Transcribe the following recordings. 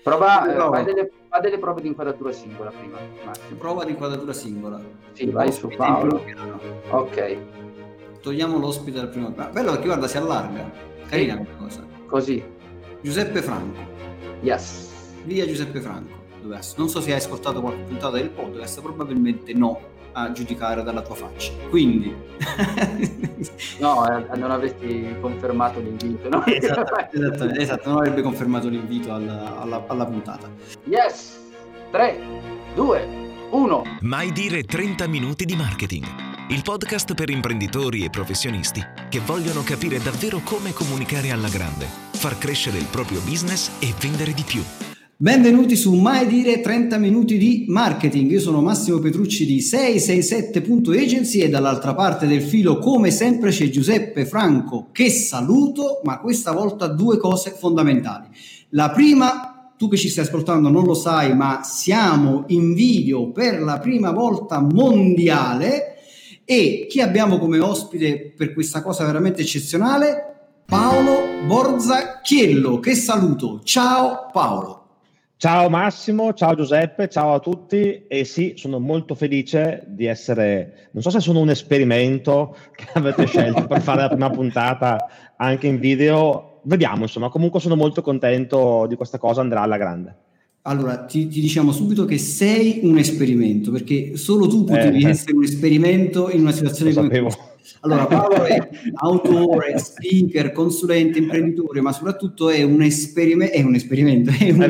fa delle prove di inquadratura singola prima. Massimo. Prova di inquadratura singola. Sì, vai su Paolo. Ok. Togliamo l'ospite dal primo piano. Bello perché guarda, si allarga. Carina questa cosa. Così. Giuseppe Franco. Yes. Via Giuseppe Franco. Non so se hai ascoltato qualche puntata del podcast, probabilmente no, a giudicare dalla tua faccia. Quindi no, non avresti confermato l'invito, no? Esatto, non avrebbe confermato l'invito alla puntata. Yes. 3, 2, 1. Mai dire 30 minuti di marketing. Il podcast per imprenditori e professionisti che vogliono capire davvero come comunicare alla grande, far crescere il proprio business e vendere di più. Benvenuti su Mai dire 30 minuti di marketing. Io sono Massimo Petrucci di 667.agency e dall'altra parte del filo, come sempre, c'è Giuseppe Franco, che saluto, ma questa volta due cose fondamentali. La prima, tu che ci stai ascoltando non lo sai, ma siamo in video per la prima volta mondiale. E chi abbiamo come ospite per questa cosa veramente eccezionale? Paolo Borzacchiello, che saluto. Ciao Paolo. Ciao Massimo, ciao Giuseppe, ciao a tutti. E sì, sono molto felice di essere, non so se sono un esperimento che avete scelto per fare la prima puntata anche in video, vediamo insomma, comunque sono molto contento di questa cosa, andrà alla grande. Allora, ti diciamo subito che sei un esperimento, perché solo tu potevi essere un esperimento in una situazione come questa. Allora, Paolo è autore, speaker, consulente, imprenditore, ma soprattutto è un esperimento, è un esperto.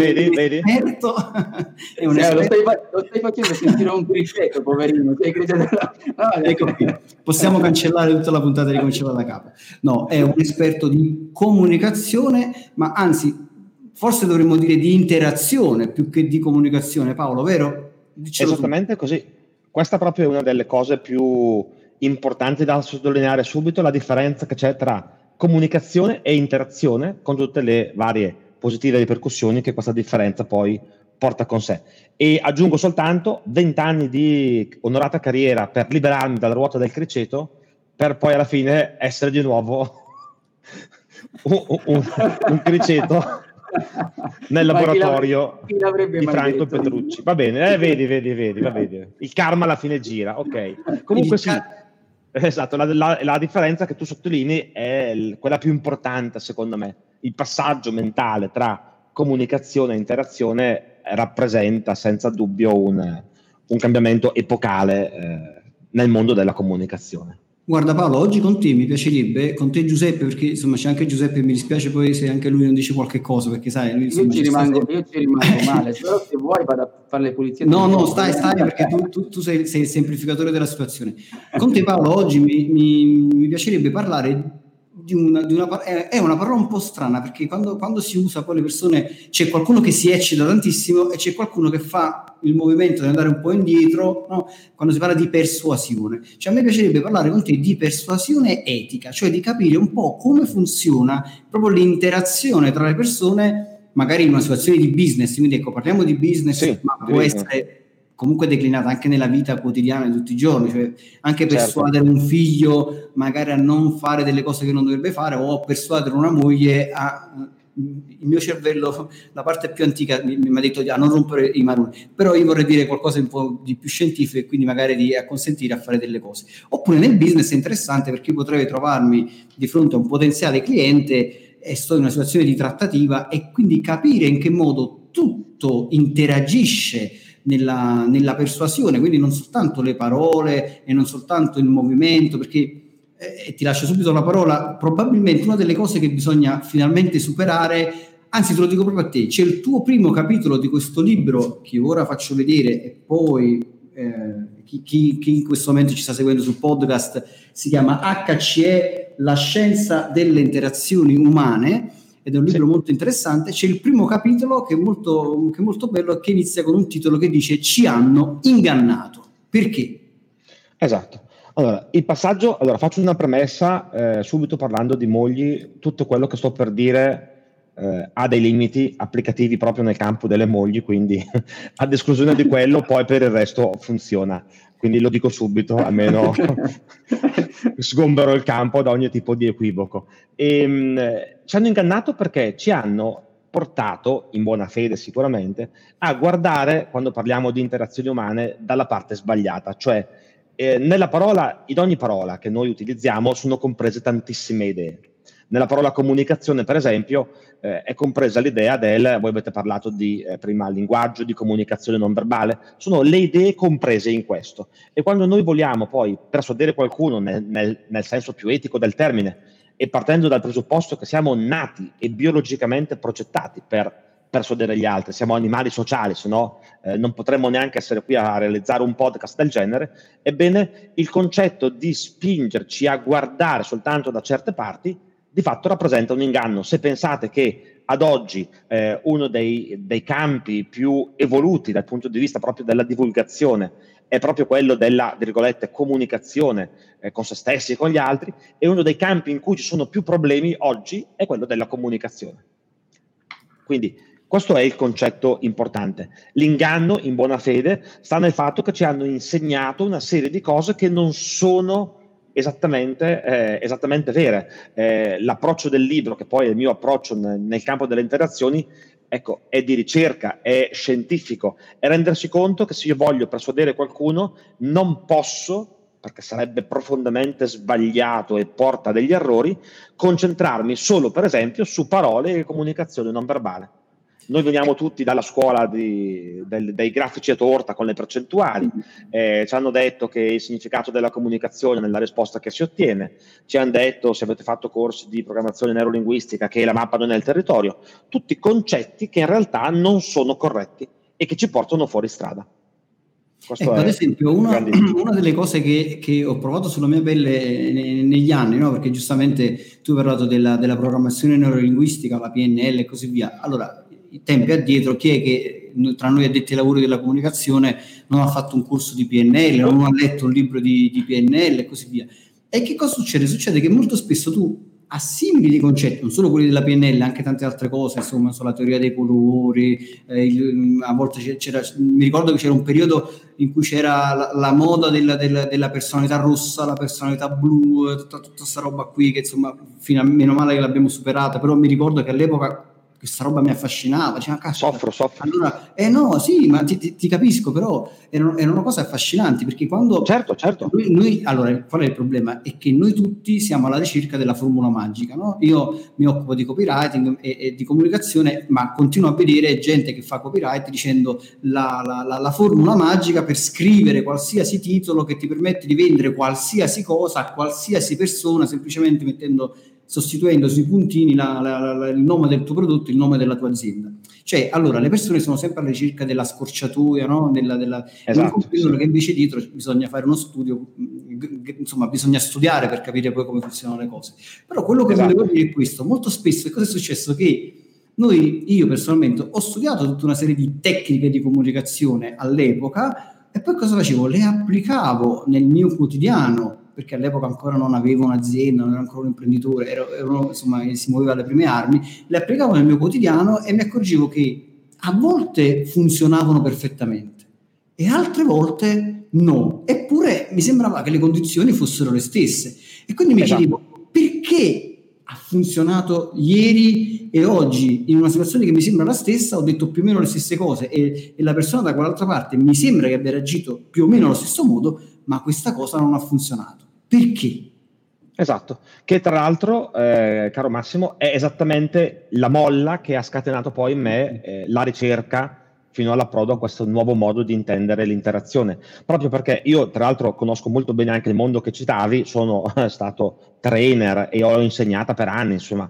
È un esperto. Lo stai facendo sentire un criceto, poverino. Ecco qui. Possiamo cancellare tutta la puntata e ricominciare da capo. No, è un esperto di comunicazione, ma anzi, forse dovremmo dire di interazione più che di comunicazione, Paolo, vero? Dicelo esattamente tu. Così. Questa proprio è una delle cose più importanti da sottolineare subito, la differenza che c'è tra comunicazione e interazione, con tutte le varie positive ripercussioni che questa differenza poi porta con sé. E aggiungo soltanto 20 anni di onorata carriera per liberarmi dalla ruota del criceto, per poi alla fine essere di nuovo un criceto nel laboratorio di Franco Petrucci. Va bene, vedi, il karma alla fine gira, ok. Comunque sì, esatto, la differenza che tu sottolinei è quella più importante secondo me. Il passaggio mentale tra comunicazione e interazione rappresenta senza dubbio un cambiamento epocale nel mondo della comunicazione. Guarda Paolo, oggi con te mi piacerebbe, con te Giuseppe, perché insomma c'è anche Giuseppe, mi dispiace poi se anche lui non dice qualche cosa, perché sai, lui insomma, io ci rimango male, però se vuoi vado a fare le pulizie. No, stai perché tu sei il semplificatore della situazione. Con te Paolo oggi mi piacerebbe parlare di una è una parola un po' strana, perché quando si usa poi le persone, c'è qualcuno che si eccita tantissimo e c'è qualcuno che fa il movimento di andare un po' indietro, no? Quando si parla di persuasione. Cioè a me piacerebbe parlare con te di persuasione etica, cioè di capire un po' come funziona proprio l'interazione tra le persone, magari in una situazione di business, quindi ecco, parliamo di business, sì, ma può essere comunque declinata anche nella vita quotidiana di tutti i giorni, cioè anche persuadere un figlio magari a non fare delle cose che non dovrebbe fare, o persuadere una moglie a... Il mio cervello, la parte più antica mi ha detto a non rompere i maroni, però io vorrei dire qualcosa un po' di più scientifico e quindi magari di acconsentire a fare delle cose. Oppure nel business è interessante perché io potrei trovarmi di fronte a un potenziale cliente e sto in una situazione di trattativa e quindi capire in che modo tutto interagisce nella persuasione, quindi non soltanto le parole e non soltanto il movimento, perché ti lascio subito la parola, probabilmente una delle cose che bisogna finalmente superare, anzi te lo dico proprio a te, c'è il tuo primo capitolo di questo libro che ora faccio vedere e poi chi in questo momento ci sta seguendo sul podcast, si chiama HCE, la scienza delle interazioni umane, ed è un libro molto interessante. C'è il primo capitolo che è molto bello e che inizia con un titolo che dice "Ci hanno ingannato". Perché? Esatto. Allora, il passaggio, faccio una premessa subito parlando di mogli. Tutto quello che sto per dire ha dei limiti applicativi proprio nel campo delle mogli, quindi ad esclusione di quello poi per il resto funziona. Quindi lo dico subito, almeno sgombero il campo da ogni tipo di equivoco. Ci hanno ingannato perché ci hanno portato, in buona fede sicuramente, a guardare, quando parliamo di interazioni umane, dalla parte sbagliata, cioè nella parola, in ogni parola che noi utilizziamo sono comprese tantissime idee. Nella parola comunicazione, per esempio, è compresa l'idea voi avete parlato di prima linguaggio, di comunicazione non verbale, sono le idee comprese in questo. E quando noi vogliamo poi persuadere qualcuno nel senso più etico del termine, e partendo dal presupposto che siamo nati e biologicamente progettati per persuadere gli altri, siamo animali sociali, se no non potremmo neanche essere qui a realizzare un podcast del genere, ebbene il concetto di spingerci a guardare soltanto da certe parti di fatto rappresenta un inganno. Se pensate che ad oggi uno dei campi più evoluti dal punto di vista proprio della divulgazione è proprio quello della, virgolette, comunicazione con se stessi e con gli altri, e uno dei campi in cui ci sono più problemi oggi è quello della comunicazione. Quindi questo è il concetto importante. L'inganno, in buona fede, sta nel fatto che ci hanno insegnato una serie di cose che non sono esattamente vere. L'approccio del libro, che poi è il mio approccio nel campo delle interazioni, ecco, è di ricerca, è scientifico, è rendersi conto che se io voglio persuadere qualcuno non posso, perché sarebbe profondamente sbagliato e porta degli errori, concentrarmi solo, per esempio, su parole e comunicazione non verbale. Noi veniamo tutti dalla scuola dei grafici a torta con le percentuali, ci hanno detto che il significato della comunicazione nella risposta che si ottiene, ci hanno detto, se avete fatto corsi di programmazione neurolinguistica, che la mappa non è il territorio, tutti concetti che in realtà non sono corretti e che ci portano fuori strada. Ecco, ad esempio, una delle cose che ho provato sulla mia pelle negli anni, no? Perché giustamente tu hai parlato della programmazione neurolinguistica, la PNL e così via. Allora, tempi addietro, chi è che tra noi addetti ai lavori della comunicazione non ha fatto un corso di PNL, non ha letto un libro di PNL e così via? E che cosa succede? Succede che molto spesso tu assimili dei concetti, non solo quelli della PNL, anche tante altre cose, insomma, sulla teoria dei colori, a volte mi ricordo che c'era un periodo in cui c'era la moda della personalità rossa, la personalità blu, tutta questa roba qui che insomma, meno male che l'abbiamo superata, però mi ricordo che all'epoca questa roba mi affascinava, diceva, soffro. Allora, no, sì, ma ti capisco, però erano cose affascinanti, perché quando certo. Noi, allora, qual è il problema? È che noi tutti siamo alla ricerca della formula magica, no? Io mi occupo di copywriting e di comunicazione, ma continuo a vedere gente che fa copyright dicendo la formula magica per scrivere qualsiasi titolo che ti permette di vendere qualsiasi cosa a qualsiasi persona, semplicemente sostituendo sui puntini il nome del tuo prodotto, il nome della tua azienda. Cioè, allora, le persone sono sempre alla ricerca della scorciatoia, no? Esatto, che invece dietro bisogna fare uno studio, insomma, bisogna studiare per capire poi come funzionano le cose. Però quello che volevo dire è questo: molto spesso cosa è successo? Che io personalmente ho studiato tutta una serie di tecniche di comunicazione all'epoca, e poi cosa facevo? Le applicavo nel mio quotidiano, perché all'epoca ancora non avevo un'azienda, non ero ancora un imprenditore, ero insomma, si muoveva alle prime armi, le applicavo nel mio quotidiano e mi accorgevo che a volte funzionavano perfettamente e altre volte no, eppure mi sembrava che le condizioni fossero le stesse, e quindi mi chiedevo perché ha funzionato ieri e oggi in una situazione che mi sembra la stessa, ho detto più o meno le stesse cose e la persona da quell'altra parte mi sembra che abbia reagito più o meno allo stesso modo, ma questa cosa non ha funzionato. Perché? Esatto, che tra l'altro, caro Massimo, è esattamente la molla che ha scatenato poi in me la ricerca fino all'approdo a questo nuovo modo di intendere l'interazione. Proprio perché io, tra l'altro, conosco molto bene anche il mondo che citavi, sono stato trainer e ho insegnato per anni, insomma.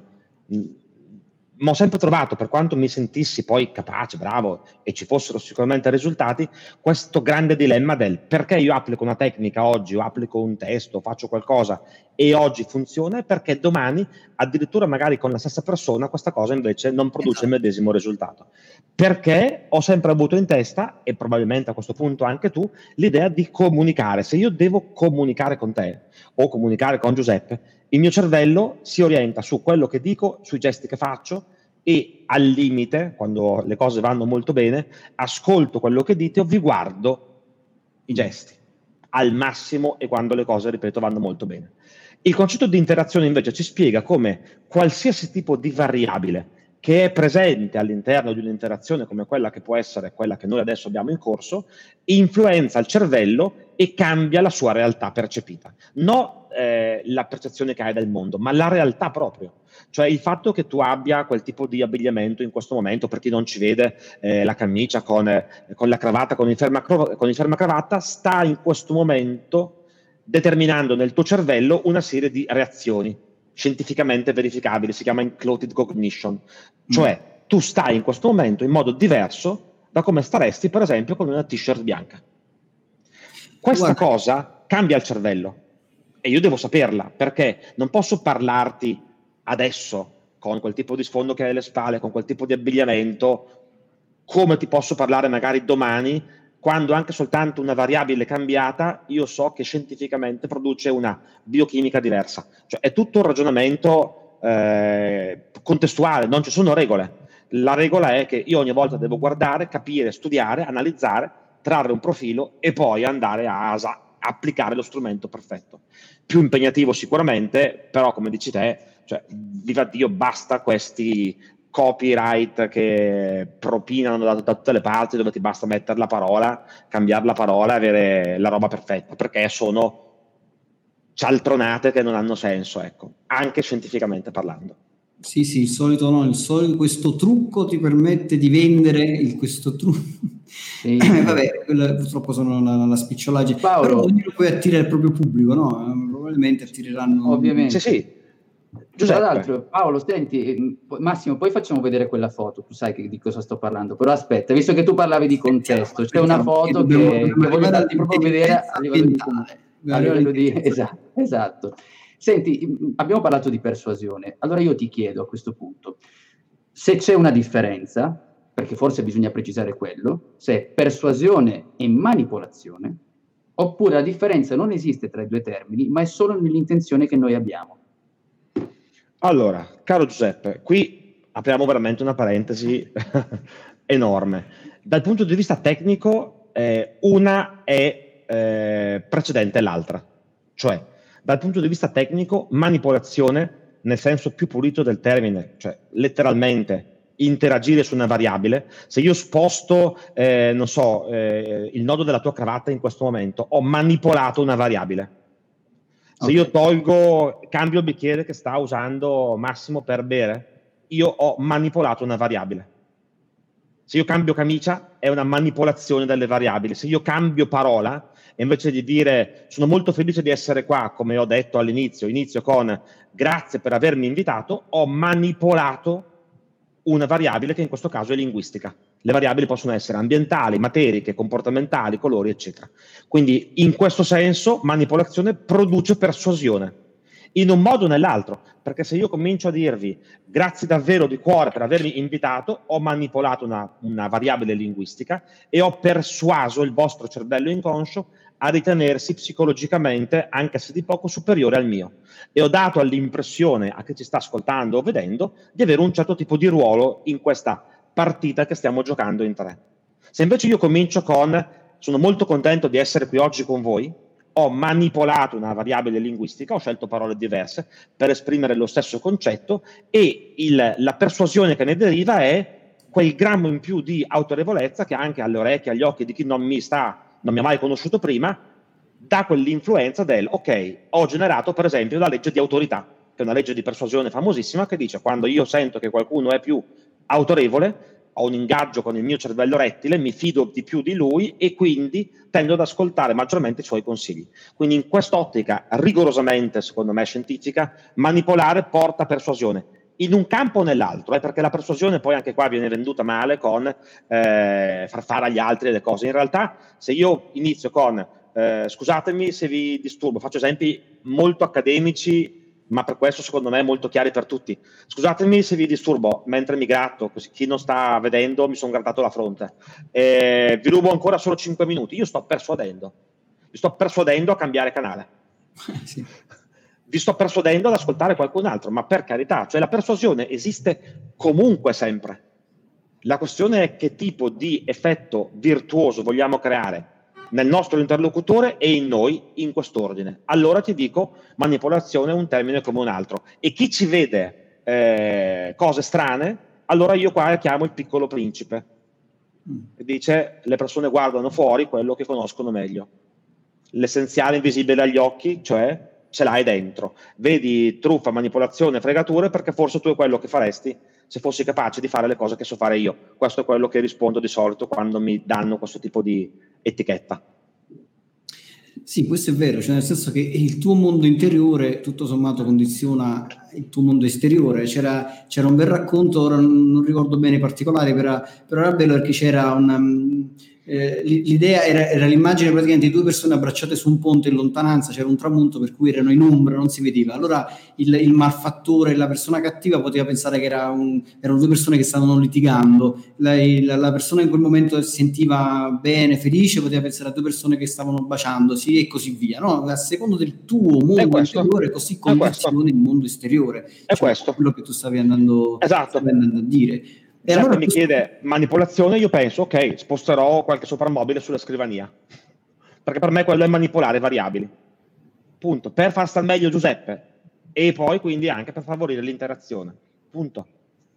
Ma ho sempre trovato, per quanto mi sentissi poi capace, bravo, e ci fossero sicuramente risultati, questo grande dilemma del perché io applico una tecnica oggi o applico un testo, faccio qualcosa e oggi funziona, e perché domani, addirittura magari con la stessa persona, questa cosa invece non produce il medesimo risultato. Perché ho sempre avuto in testa, e probabilmente a questo punto anche tu, l'idea di comunicare. Se io devo comunicare con te o comunicare con Giuseppe, il mio cervello si orienta su quello che dico, sui gesti che faccio, e al limite, quando le cose vanno molto bene, ascolto quello che dite o vi guardo i gesti al massimo, e quando le cose, ripeto, vanno molto bene. Il concetto di interazione invece ci spiega come qualsiasi tipo di variabile che è presente all'interno di un'interazione come quella che può essere quella che noi adesso abbiamo in corso, influenza il cervello e cambia la sua realtà percepita. Non la percezione che hai del mondo, ma la realtà proprio. Cioè il fatto che tu abbia quel tipo di abbigliamento in questo momento, per chi non ci vede, la camicia con la cravatta, con il fermacravatta, sta in questo momento determinando nel tuo cervello una serie di reazioni scientificamente verificabili, si chiama included cognition, cioè tu stai in questo momento in modo diverso da come staresti per esempio con una t-shirt bianca. Questa cosa cambia il cervello e io devo saperla, perché non posso parlarti adesso con quel tipo di sfondo che hai alle spalle, con quel tipo di abbigliamento, come ti posso parlare magari domani, quando anche soltanto una variabile cambiata io so che scientificamente produce una biochimica diversa. Cioè è tutto un ragionamento contestuale, non ci sono regole. La regola è che io ogni volta devo guardare, capire, studiare, analizzare, trarre un profilo e poi andare a applicare lo strumento perfetto. Più impegnativo sicuramente, però come dici te, cioè, viva Dio, basta questi copyright che propinano da tutte le parti, dove ti basta mettere la parola, cambiare la parola e avere la roba perfetta, perché sono cialtronate che non hanno senso, ecco, anche scientificamente parlando. Sì, il solito questo trucco ti permette di vendere questo trucco. Sì. Vabbè, purtroppo sono la spicciolaggine. Paolo, però ognuno poi attira il proprio pubblico, no? Probabilmente attireranno. Ovviamente. Sì. Tra l'altro, Paolo, senti, Massimo, poi facciamo vedere quella foto, tu sai di cosa sto parlando, però aspetta, visto che tu parlavi di contesto, c'è una foto che voglio darti proprio vedere a livello di esatto. Senti, abbiamo parlato di persuasione, allora io ti chiedo a questo punto, se c'è una differenza, perché forse bisogna precisare quello, se persuasione e manipolazione, oppure la differenza non esiste tra i due termini, ma è solo nell'intenzione che noi abbiamo. Allora, caro Giuseppe, qui apriamo veramente una parentesi enorme. Dal punto di vista tecnico, una è precedente all'altra. Cioè, dal punto di vista tecnico, manipolazione, nel senso più pulito del termine, cioè letteralmente interagire su una variabile. Se io sposto, il nodo della tua cravatta in questo momento, ho manipolato una variabile. Se io cambio il bicchiere che sta usando Massimo per bere, io ho manipolato una variabile. Se io cambio camicia, è una manipolazione delle variabili. Se io cambio parola, e invece di dire sono molto felice di essere qua, come ho detto all'inizio, inizio con grazie per avermi invitato, ho manipolato una variabile che in questo caso è linguistica. Le variabili possono essere ambientali, materiche, comportamentali, colori, eccetera. Quindi in questo senso manipolazione produce persuasione, in un modo o nell'altro, perché se io comincio a dirvi grazie davvero di cuore per avermi invitato, ho manipolato una variabile linguistica e ho persuaso il vostro cervello inconscio a ritenersi psicologicamente, anche se di poco, superiore al mio, e ho dato l'impressione a chi ci sta ascoltando o vedendo di avere un certo tipo di ruolo in questa partita che stiamo giocando in tre. Se invece io comincio con sono molto contento di essere qui oggi con voi, ho manipolato una variabile linguistica, ho scelto parole diverse per esprimere lo stesso concetto e la persuasione che ne deriva è quel grammo in più di autorevolezza che anche alle orecchie, agli occhi di chi non mi ha mai conosciuto prima, dà quell'influenza del ok, ho generato per esempio la legge di autorità, che è una legge di persuasione famosissima che dice quando io sento che qualcuno è più autorevole, ho un ingaggio con il mio cervello rettile, mi fido di più di lui e quindi tendo ad ascoltare maggiormente i suoi consigli. Quindi in quest'ottica rigorosamente, secondo me scientifica, manipolare porta persuasione. In un campo o nell'altro, perché la persuasione poi anche qua viene venduta male con far fare agli altri le cose. In realtà se io inizio con scusatemi se vi disturbo, faccio esempi molto accademici ma per questo secondo me molto chiari per tutti. Scusatemi se vi disturbo mentre mi gratto, così chi non sta vedendo mi sono grattato la fronte. Vi rubo ancora solo 5 minuti. Io sto persuadendo a cambiare canale. Sì. Vi sto persuadendo ad ascoltare qualcun altro, ma per carità, cioè la persuasione esiste comunque sempre. La questione è che tipo di effetto virtuoso vogliamo creare nel nostro interlocutore e in noi in quest'ordine. Allora ti dico, manipolazione è un termine come un altro. E chi ci vede cose strane allora io qua chiamo il Piccolo Principe, e dice: le persone guardano fuori quello che conoscono meglio, l'essenziale invisibile agli occhi, cioè ce l'hai dentro, vedi truffa, manipolazione, fregature, perché forse tu è quello che faresti se fossi capace di fare le cose che so fare io. Questo è quello che rispondo di solito quando mi danno questo tipo di etichetta. Sì, questo è vero, cioè nel senso che il tuo mondo interiore tutto sommato condiziona il tuo mondo esteriore. C'era un bel racconto, ora non ricordo bene i particolari, però era bello perché c'era l'idea era l'immagine praticamente di due persone abbracciate su un ponte in lontananza, c'era un tramonto per cui erano in ombra, non si vedeva. Allora il malfattore e la persona cattiva poteva pensare che erano due persone che stavano litigando, la persona in quel momento si sentiva bene, felice, poteva pensare a due persone che stavano baciandosi e così via, no? A secondo del tuo mondo interiore, così condizioni il mondo esteriore. È questo quello che tu stavi andando a dire. E allora mi chiede manipolazione, io penso, ok, sposterò qualche soprammobile sulla scrivania, perché per me quello è manipolare variabili, punto, per far star meglio Giuseppe e poi quindi anche per favorire l'interazione, punto.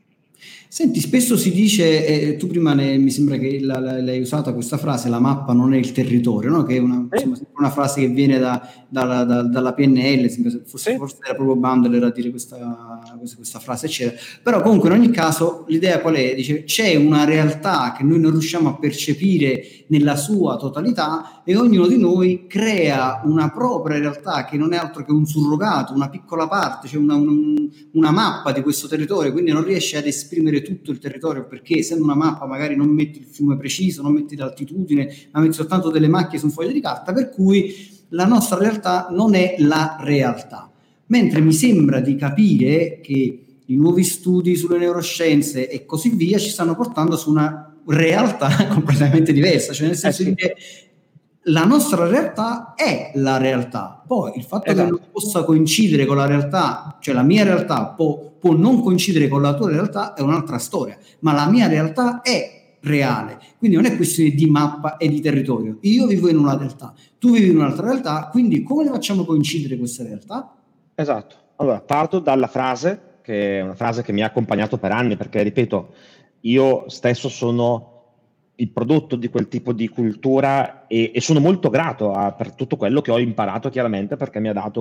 Senti, spesso si dice, tu prima mi sembra che l'hai usata questa frase, la mappa non è il territorio, no? Che è una frase che viene dalla PNL, forse era proprio Bandler a dire questa frase, eccetera. Però comunque in ogni caso l'idea qual è? Dice, c'è una realtà che noi non riusciamo a percepire nella sua totalità e ognuno di noi crea una propria realtà che non è altro che un surrogato, una piccola parte, cioè una mappa di questo territorio, quindi non riesce ad esprimere tutto il territorio, perché essendo una mappa magari non metti il fiume preciso, non metti l'altitudine, ma metti soltanto delle macchie su un foglio di carta, per cui la nostra realtà non è la realtà. Mentre mi sembra di capire che i nuovi studi sulle neuroscienze e così via ci stanno portando su una realtà completamente diversa, cioè nel senso che la nostra realtà è la realtà. Poi il fatto che non possa coincidere con la realtà, cioè la mia realtà può non coincidere con la tua realtà è un'altra storia, ma la mia realtà è reale, quindi non è questione di mappa e di territorio. Io vivo in una realtà, tu vivi in un'altra realtà, quindi come le facciamo coincidere queste realtà? Esatto. Allora, parto dalla frase, che è una frase che mi ha accompagnato per anni, perché ripeto, io stesso sono il prodotto di quel tipo di cultura e sono molto grato per tutto quello che ho imparato, chiaramente, perché mi ha dato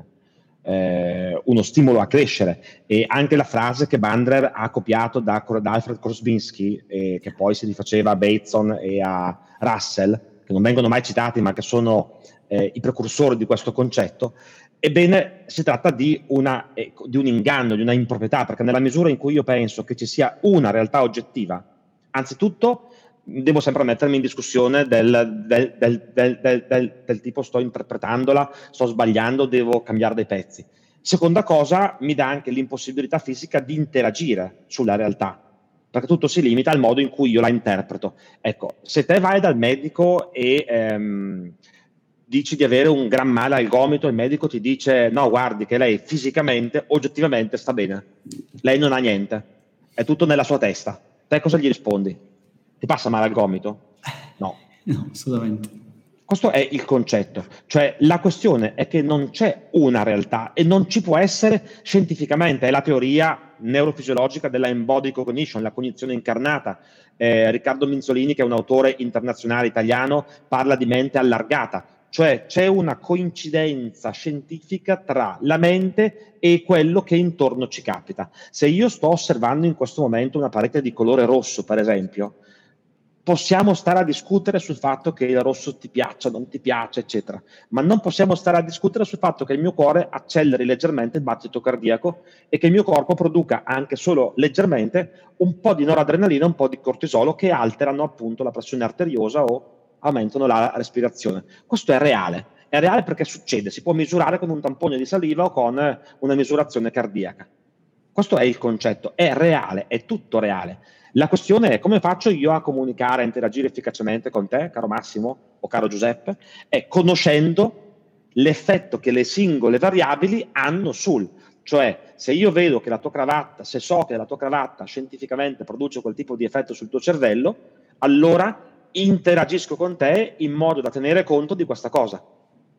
uno stimolo a crescere. E anche la frase che Bandler ha copiato da Alfred Korzybinski, che poi si rifaceva a Bateson e a Russell, che non vengono mai citati ma che sono i precursori di questo concetto. Ebbene, si tratta di un inganno, di una improprietà, perché nella misura in cui io penso che ci sia una realtà oggettiva, anzitutto devo sempre mettermi in discussione del tipo sto interpretandola, sto sbagliando, devo cambiare dei pezzi. Seconda cosa, mi dà anche l'impossibilità fisica di interagire sulla realtà, perché tutto si limita al modo in cui io la interpreto. Ecco, se te vai dal medico e dici di avere un gran male al gomito, il medico ti dice no, guardi che lei fisicamente, oggettivamente sta bene, lei non ha niente, è tutto nella sua testa. Te cosa gli rispondi? Ti passa male al gomito? No. No, assolutamente. Questo è il concetto, cioè la questione è che non c'è una realtà e non ci può essere scientificamente, è la teoria neurofisiologica della embodied cognition, la cognizione incarnata. Riccardo Minzolini, che è un autore internazionale italiano, parla di mente allargata, cioè c'è una coincidenza scientifica tra la mente e quello che intorno ci capita. Se io sto osservando in questo momento una parete di colore rosso, per esempio, possiamo stare a discutere sul fatto che il rosso ti piaccia, non ti piace, eccetera, ma non possiamo stare a discutere sul fatto che il mio cuore acceleri leggermente il battito cardiaco e che il mio corpo produca anche solo leggermente un po' di noradrenalina, un po' di cortisolo, che alterano appunto la pressione arteriosa o aumentano la respirazione. Questo è reale perché succede, si può misurare con un tampone di saliva o con una misurazione cardiaca. Questo è il concetto, è reale, è tutto reale. La questione è come faccio io a comunicare, a interagire efficacemente con te, caro Massimo o caro Giuseppe, è conoscendo l'effetto che le singole variabili hanno cioè se io vedo che la tua cravatta, se so che la tua cravatta scientificamente produce quel tipo di effetto sul tuo cervello, allora interagisco con te in modo da tenere conto di questa cosa.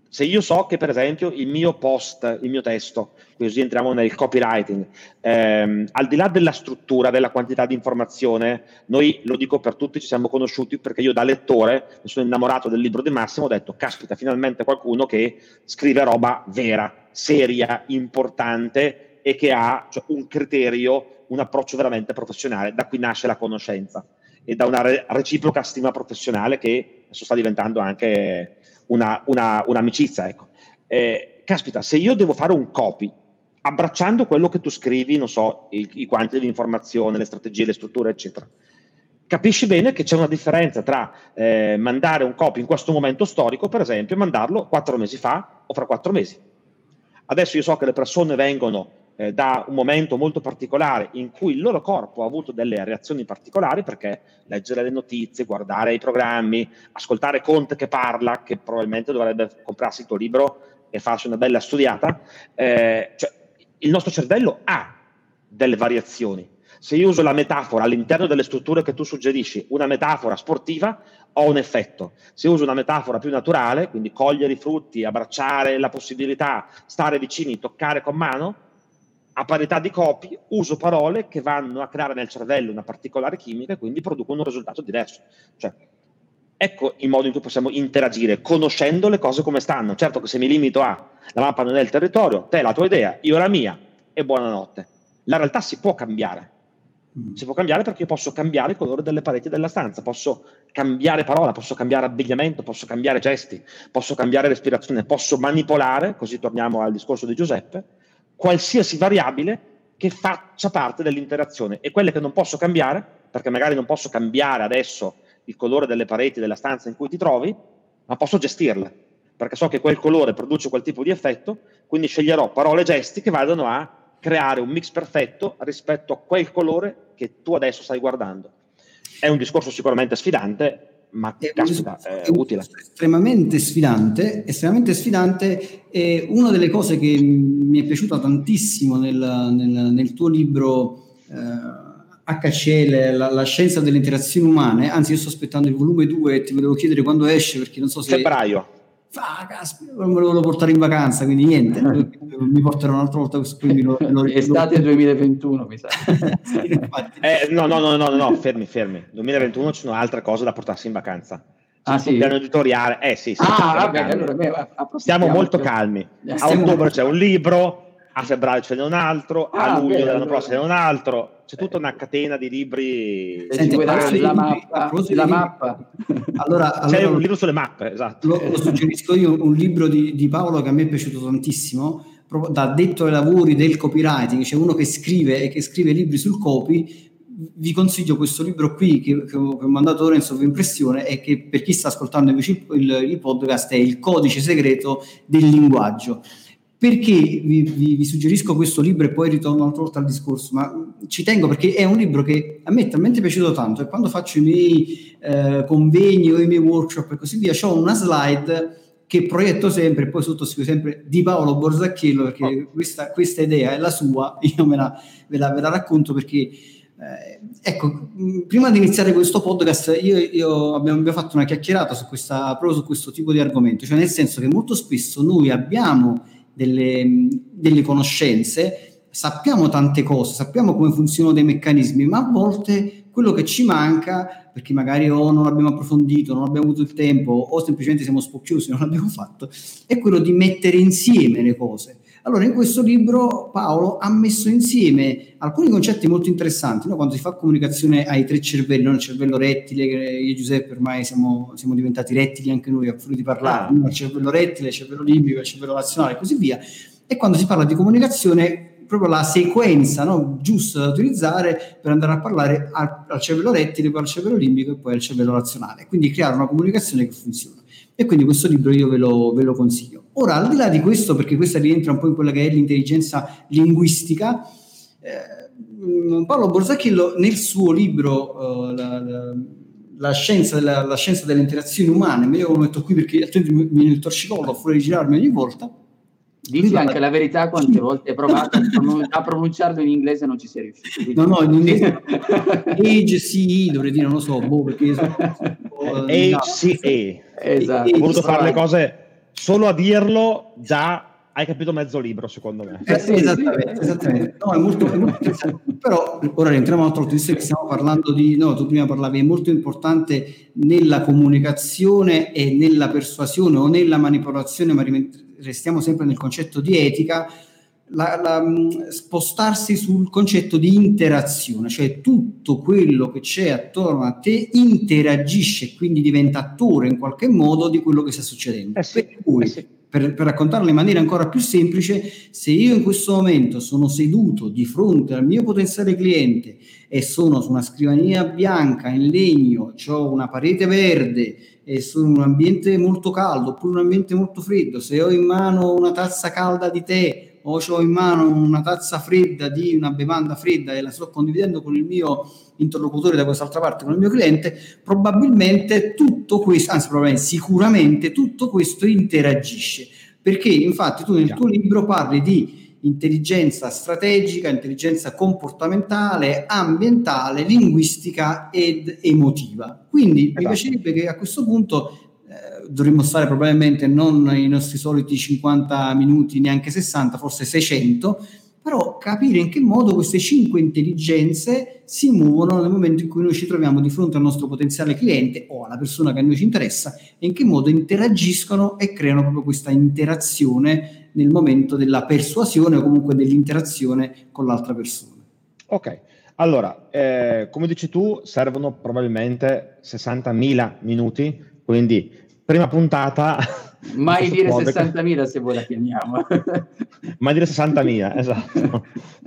se io so che per esempio il mio post, il mio testo, così entriamo nel copywriting, al di là della struttura, della quantità di informazione, noi, lo dico per tutti, ci siamo conosciuti perché io da lettore mi sono innamorato del libro di Massimo, ho detto caspita, finalmente qualcuno che scrive roba vera, seria, importante e che ha, cioè, un criterio, un approccio veramente professionale. Da qui nasce la conoscenza e da una reciproca stima professionale che adesso sta diventando anche un'amicizia, ecco. Caspita, se io devo fare un copy abbracciando quello che tu scrivi, non so, i quantitati di informazione, le strategie, le strutture, eccetera, capisci bene che c'è una differenza tra mandare un copy in questo momento storico, per esempio, e mandarlo 4 mesi fa o fra 4 mesi. Adesso io so che le persone vengono da un momento molto particolare in cui il loro corpo ha avuto delle reazioni particolari, perché leggere le notizie, guardare i programmi, ascoltare Conte che parla, che probabilmente dovrebbe comprarsi il tuo libro e farsi una bella studiata, cioè il nostro cervello ha delle variazioni. Se io uso la metafora all'interno delle strutture che tu suggerisci, una metafora sportiva, ho un effetto. Se uso una metafora più naturale, quindi cogliere i frutti, abbracciare la possibilità, stare vicini, toccare con mano, a parità di copy uso parole che vanno a creare nel cervello una particolare chimica e quindi producono un risultato diverso. Cioè, ecco il modo in cui possiamo interagire, conoscendo le cose come stanno. Certo che se mi limito a la mappa non è il territorio, te la tua idea, io la mia, e buonanotte. La realtà si può cambiare. Si può cambiare perché io posso cambiare il colore delle pareti della stanza, posso cambiare parola, posso cambiare abbigliamento, posso cambiare gesti, posso cambiare respirazione, posso manipolare, così torniamo al discorso di Giuseppe, qualsiasi variabile che faccia parte dell'interazione. E quelle che non posso cambiare, perché magari non posso cambiare adesso il colore delle pareti della stanza in cui ti trovi, ma posso gestirle, perché so che quel colore produce quel tipo di effetto, quindi sceglierò parole e gesti che vadano a creare un mix perfetto rispetto a quel colore che tu adesso stai guardando. È un discorso sicuramente sfidante, ma caspita, è utile. Estremamente sfidante, e una delle cose che mi è piaciuta tantissimo nel tuo libro HCL, la scienza delle interazioni umane, anzi io sto aspettando il volume 2 e ti volevo chiedere quando esce, perché non so se... Febbraio. Caspita, non me lo volevo portare in vacanza, quindi niente, mi porterò un'altra volta, quindi estate 2021 mi sa. Sì, no, fermi 2021 ci sono altre cose da portarsi in vacanza. Sì? Un piano editoriale, sì. Vabbè, allora stiamo molto calmi. A ottobre c'è un libro, a febbraio ce n'è un altro, a luglio dell'anno prossimo c'è un altro. C'è tutta una catena di libri. Senti, la mappa. Allora, c'è un libro sulle mappe, esatto. Lo suggerisco io, un libro di Paolo che a me è piaciuto tantissimo, proprio da addetto ai lavori del copywriting, c'è uno che scrive libri sul copy. Vi consiglio questo libro qui che ho mandato ora in sovraimpressione, e che per chi sta ascoltando invece il podcast è Il codice segreto del linguaggio. Perché vi suggerisco questo libro, e poi ritorno un'altra volta al discorso, ma ci tengo perché è un libro che a me è talmente piaciuto tanto, e quando faccio i miei convegni o i miei workshop e così via, ho una slide che proietto sempre, e poi sotto scrivo sempre di Paolo Borzacchiello, perché questa idea è la sua, io ve la racconto perché ecco, prima di iniziare questo podcast io abbiamo fatto una chiacchierata proprio su questo tipo di argomento, cioè nel senso che molto spesso noi abbiamo delle conoscenze, sappiamo tante cose, sappiamo come funzionano dei meccanismi, ma a volte quello che ci manca, perché magari o non abbiamo approfondito, non abbiamo avuto il tempo, o semplicemente siamo spocchiosi, non l'abbiamo fatto, è quello di mettere insieme le cose. Allora, in questo libro Paolo ha messo insieme alcuni concetti molto interessanti, no? Quando si fa comunicazione ai 3 cervelli, non il cervello rettile, che io e Giuseppe ormai siamo diventati rettili anche noi, a furia di parlare, il cervello rettile, il cervello limbico, il cervello razionale e così via. E quando si parla di comunicazione, proprio la sequenza, no, giusta da utilizzare per andare a parlare al cervello rettile, poi al cervello limbico e poi al cervello razionale. Quindi creare una comunicazione che funziona. E quindi questo libro io ve lo consiglio. Ora, al di là di questo, perché questa rientra un po' in quella che è l'intelligenza linguistica, Paolo Borzacchiello nel suo libro la scienza delle interazioni umane, io lo metto qui perché altrimenti mi viene il torcicollo fuori di girarmi ogni volta. Dici anche la verità, quante volte hai provato a pronunciarlo in inglese e non ci sei riuscito. No, in inglese HCE dovrei dire, non lo so, perché HCE. Esatto. Ho voluto fare le cose solo a dirlo già hai capito mezzo libro, secondo me. Sì, esattamente. No, è molto interessante. Però ora rientriamo un altro visto che stiamo parlando tu prima parlavi, è molto importante nella comunicazione e nella persuasione o nella manipolazione, ma restiamo sempre nel concetto di etica, spostarsi sul concetto di interazione, cioè tutto quello che c'è attorno a te interagisce, quindi diventa attore in qualche modo di quello che sta succedendo. Per cui, per raccontarlo in maniera ancora più semplice, se io in questo momento sono seduto di fronte al mio potenziale cliente e sono su una scrivania bianca in legno, ho una parete verde e sono in un ambiente molto caldo oppure un ambiente molto freddo, se ho in mano una tazza calda di tè o ho in mano una tazza fredda di una bevanda fredda e la sto condividendo con il mio interlocutore da quest'altra parte, con il mio cliente, probabilmente tutto questo, sicuramente tutto questo interagisce, perché infatti tu nel tuo libro parli di intelligenza strategica, intelligenza comportamentale, ambientale, linguistica ed emotiva. Quindi mi piacerebbe che a questo punto dovremmo stare probabilmente non i nostri soliti 50 minuti, neanche 60, forse 600, però capire in che modo queste 5 intelligenze si muovono nel momento in cui noi ci troviamo di fronte al nostro potenziale cliente o alla persona che a noi ci interessa, e in che modo interagiscono e creano proprio questa interazione nel momento della persuasione o comunque dell'interazione con l'altra persona. Ok, allora, come dici tu, servono probabilmente 60.000 minuti, quindi prima puntata... Mai dire 60.000 se voi la chiamiamo. Mai dire 60.000, esatto.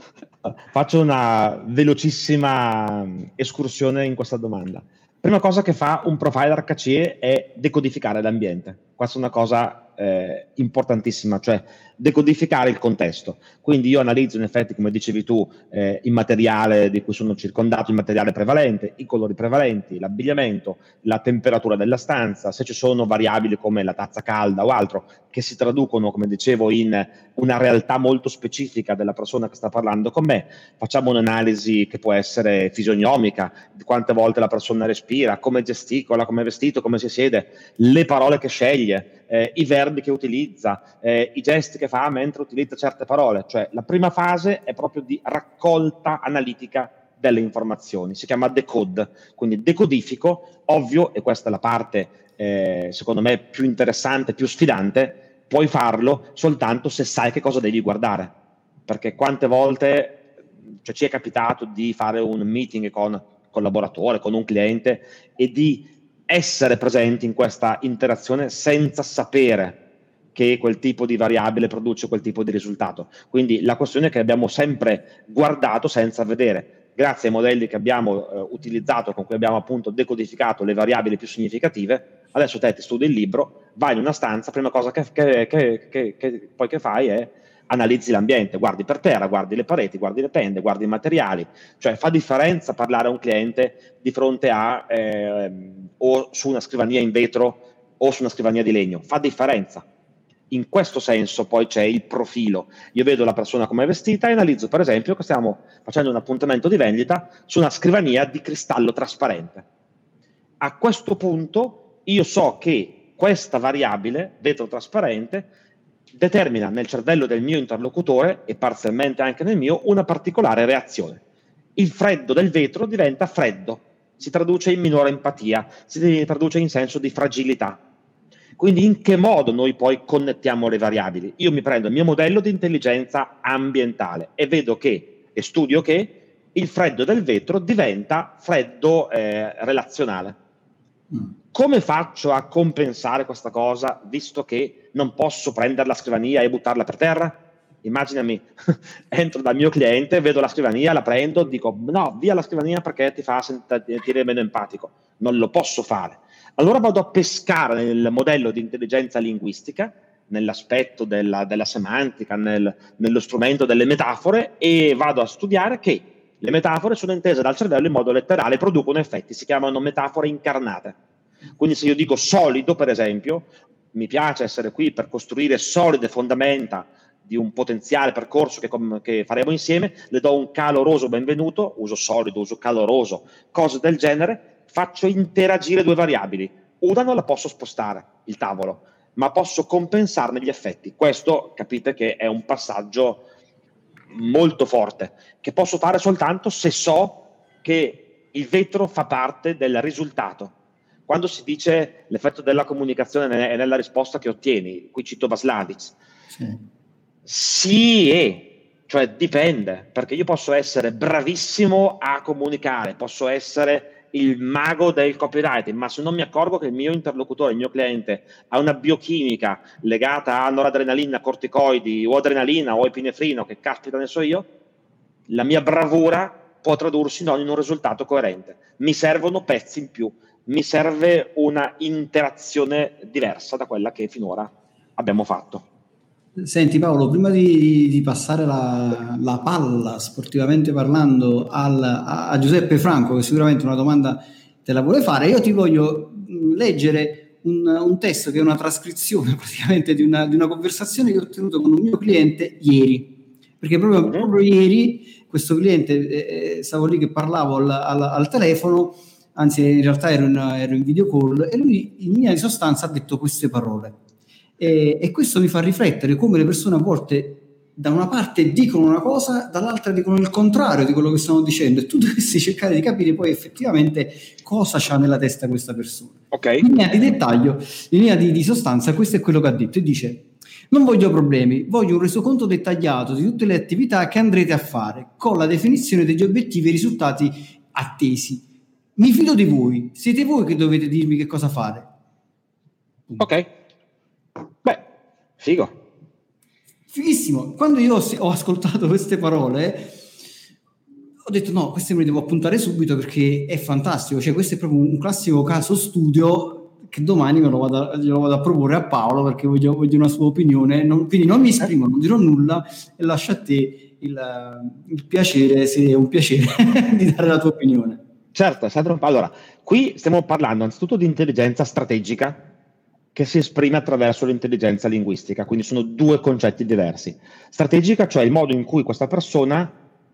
Faccio una velocissima escursione in questa domanda. Prima cosa che fa un profiler HCE è decodificare l'ambiente. Questa è una cosa importantissima, cioè decodificare il contesto. Quindi io analizzo in effetti, come dicevi tu, il materiale di cui sono circondato, il materiale prevalente, i colori prevalenti, l'abbigliamento, la temperatura della stanza, se ci sono variabili come la tazza calda o altro che si traducono, come dicevo, in una realtà molto specifica della persona che sta parlando con me. Facciamo un'analisi che può essere fisionomica, di quante volte la persona respira, come gesticola, come è vestito, come si siede, le parole che sceglie, i verbi che utilizza, i gesti che fa mentre utilizza certe parole. Cioè la prima fase è proprio di raccolta analitica delle informazioni, si chiama decode, quindi decodifico, ovvio, e questa è la parte secondo me più interessante, più sfidante, puoi farlo soltanto se sai che cosa devi guardare, perché quante volte ci è capitato di fare un meeting con un collaboratore, con un cliente, e di essere presenti in questa interazione senza sapere che quel tipo di variabile produce quel tipo di risultato. Quindi la questione è che abbiamo sempre guardato senza vedere. Grazie ai modelli che abbiamo utilizzato, con cui abbiamo appunto decodificato le variabili più significative, adesso te ti studi il libro, vai in una stanza, prima cosa che fai è analizzi l'ambiente, guardi per terra, guardi le pareti, guardi le tende, guardi i materiali. Cioè fa differenza parlare a un cliente di fronte a o su una scrivania in vetro o su una scrivania di legno, fa differenza. In questo senso poi c'è il profilo. Io vedo la persona come è vestita e analizzo, per esempio, che stiamo facendo un appuntamento di vendita su una scrivania di cristallo trasparente. A questo punto io so che questa variabile, vetro trasparente, determina nel cervello del mio interlocutore, e parzialmente anche nel mio, una particolare reazione. Il freddo del vetro diventa freddo, si traduce in minore empatia, si traduce in senso di fragilità. Quindi in che modo noi poi connettiamo le variabili? Io mi prendo il mio modello di intelligenza ambientale e vedo che, e studio che, il freddo del vetro diventa freddo relazionale. Come faccio a compensare questa cosa, visto che non posso prendere la scrivania e buttarla per terra? Immaginami, entro dal mio cliente, vedo la scrivania, la prendo, dico no, via la scrivania perché ti fa sentire meno empatico. Non lo posso fare. Allora vado a pescare nel modello di intelligenza linguistica, nell'aspetto della semantica, nello strumento delle metafore, e vado a studiare che le metafore sono intese dal cervello in modo letterale, producono effetti, si chiamano metafore incarnate. Quindi se io dico solido, per esempio, mi piace essere qui per costruire solide fondamenta di un potenziale percorso che faremo insieme, le do un caloroso benvenuto, uso solido, uso caloroso, cose del genere, faccio interagire due variabili. Una non la posso spostare, il tavolo, ma posso compensarne gli effetti. Questo capite che è un passaggio molto forte, che posso fare soltanto se so che il vetro fa parte del risultato. Quando si dice l'effetto della comunicazione è nella risposta che ottieni, qui cito Vaslavic, cioè dipende, perché io posso essere bravissimo a comunicare, posso essere il mago del copywriting, ma se non mi accorgo che il mio interlocutore, il mio cliente, ha una biochimica legata a noradrenalina, corticoidi o adrenalina o epinefrino, che caspita ne so io, la mia bravura può tradursi non in un risultato coerente. Mi servono pezzi in più, mi serve una interazione diversa da quella che finora abbiamo fatto. Senti Paolo, prima di passare la palla, sportivamente parlando, a Giuseppe Franco, che sicuramente una domanda te la vuole fare, io ti voglio leggere un testo che è una trascrizione praticamente di una conversazione che ho tenuto con un mio cliente ieri, perché proprio ieri questo cliente, stavo lì che parlavo al telefono, anzi in realtà ero in video call, e lui in linea di sostanza ha detto queste parole. E questo mi fa riflettere come le persone a volte da una parte dicono una cosa, dall'altra dicono il contrario di quello che stanno dicendo, e tu dovresti cercare di capire poi effettivamente cosa c'ha nella testa questa persona. Okay. In linea di dettaglio, in linea di sostanza, questo è quello che ha detto, e dice: non voglio problemi, voglio un resoconto dettagliato di tutte le attività che andrete a fare, con la definizione degli obiettivi e risultati attesi. Mi fido di voi, siete voi che dovete dirmi che cosa fare. Ok. Beh, figo. Fighissimo. Quando io ho ascoltato queste parole ho detto no, queste me le devo appuntare subito perché è fantastico, cioè questo è proprio un classico caso studio che domani glielo vado a proporre a Paolo, perché voglio una sua opinione, quindi non mi esprimo, non dirò nulla e lascio a te il piacere, se è un piacere, di dare la tua opinione. Certo. Allora, qui stiamo parlando anzitutto di intelligenza strategica che si esprime attraverso l'intelligenza linguistica, quindi sono due concetti diversi. Strategica, cioè il modo in cui questa persona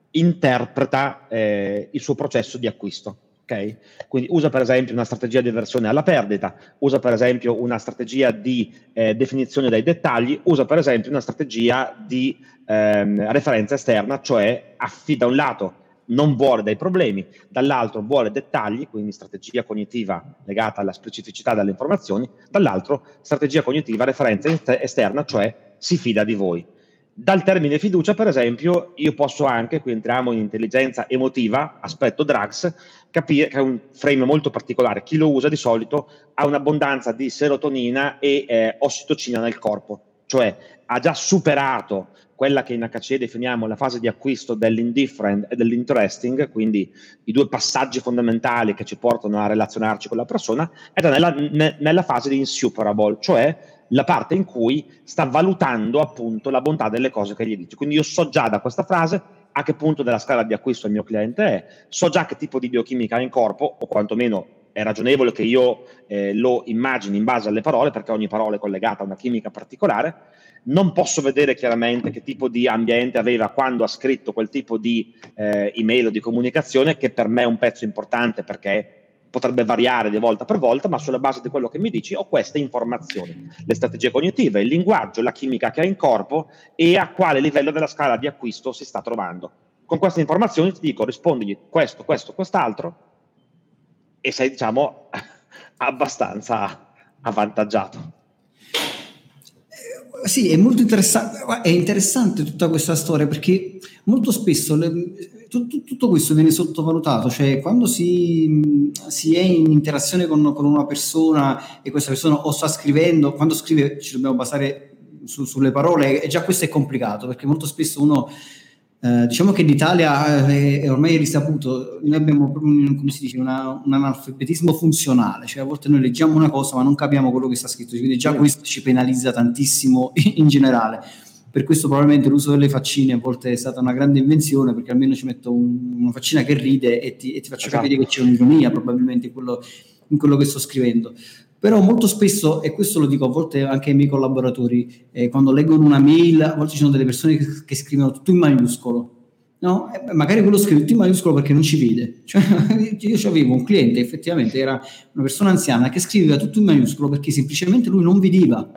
interpreta il suo processo di acquisto. Okay? Quindi usa per esempio una strategia di avversione alla perdita, usa per esempio una strategia di definizione dei dettagli, usa per esempio una strategia di referenza esterna, cioè da un lato non vuole dei problemi, dall'altro vuole dettagli, quindi strategia cognitiva legata alla specificità delle informazioni, dall'altro strategia cognitiva referenza esterna, cioè si fida di voi. Dal termine fiducia, per esempio, io posso anche, qui entriamo in intelligenza emotiva, aspetto drugs, capire che è un frame molto particolare. Chi lo usa di solito ha un'abbondanza di serotonina e ossitocina nel corpo, cioè ha già superato quella che in HC definiamo la fase di acquisto dell'indifferent e dell'interesting, quindi i due passaggi fondamentali che ci portano a relazionarci con la persona, è già nella fase di insuperable, cioè la parte in cui sta valutando appunto la bontà delle cose che gli dici. Quindi io so già da questa frase a che punto della scala di acquisto il mio cliente è, so già che tipo di biochimica ha in corpo, o quantomeno è ragionevole che io lo immagini in base alle parole, perché ogni parola è collegata a una chimica particolare. Non posso vedere chiaramente che tipo di ambiente aveva quando ha scritto quel tipo di email o di comunicazione, che per me è un pezzo importante perché potrebbe variare di volta per volta, ma sulla base di quello che mi dici ho queste informazioni, le strategie cognitive, il linguaggio, la chimica che ha in corpo e a quale livello della scala di acquisto si sta trovando. Con queste informazioni ti dico, rispondigli questo, quest'altro, e sei, diciamo, abbastanza avvantaggiato. Sì, è molto interessante, è interessante tutta questa storia, perché molto spesso tutto questo viene sottovalutato, cioè quando si è in interazione con una persona e questa persona o sta scrivendo, quando scrive ci dobbiamo basare sulle parole, e già questo è complicato, perché molto spesso uno diciamo che l'Italia è ormai risaputo, noi abbiamo proprio, come si dice, un analfabetismo funzionale, cioè a volte noi leggiamo una cosa ma non capiamo quello che sta scritto, quindi già questo ci penalizza tantissimo in generale. Per questo probabilmente l'uso delle faccine a volte è stata una grande invenzione, perché almeno ci metto una faccina che ride e ti faccio capire che c'è un'ironia probabilmente in quello che sto scrivendo. Però molto spesso, e questo lo dico a volte anche ai miei collaboratori, quando leggono una mail, a volte ci sono delle persone che scrivono tutto in maiuscolo, no? Magari quello scrive tutto in maiuscolo perché non ci vede. Cioè, io avevo un cliente, effettivamente era una persona anziana, che scriveva tutto in maiuscolo perché semplicemente lui non vedeva.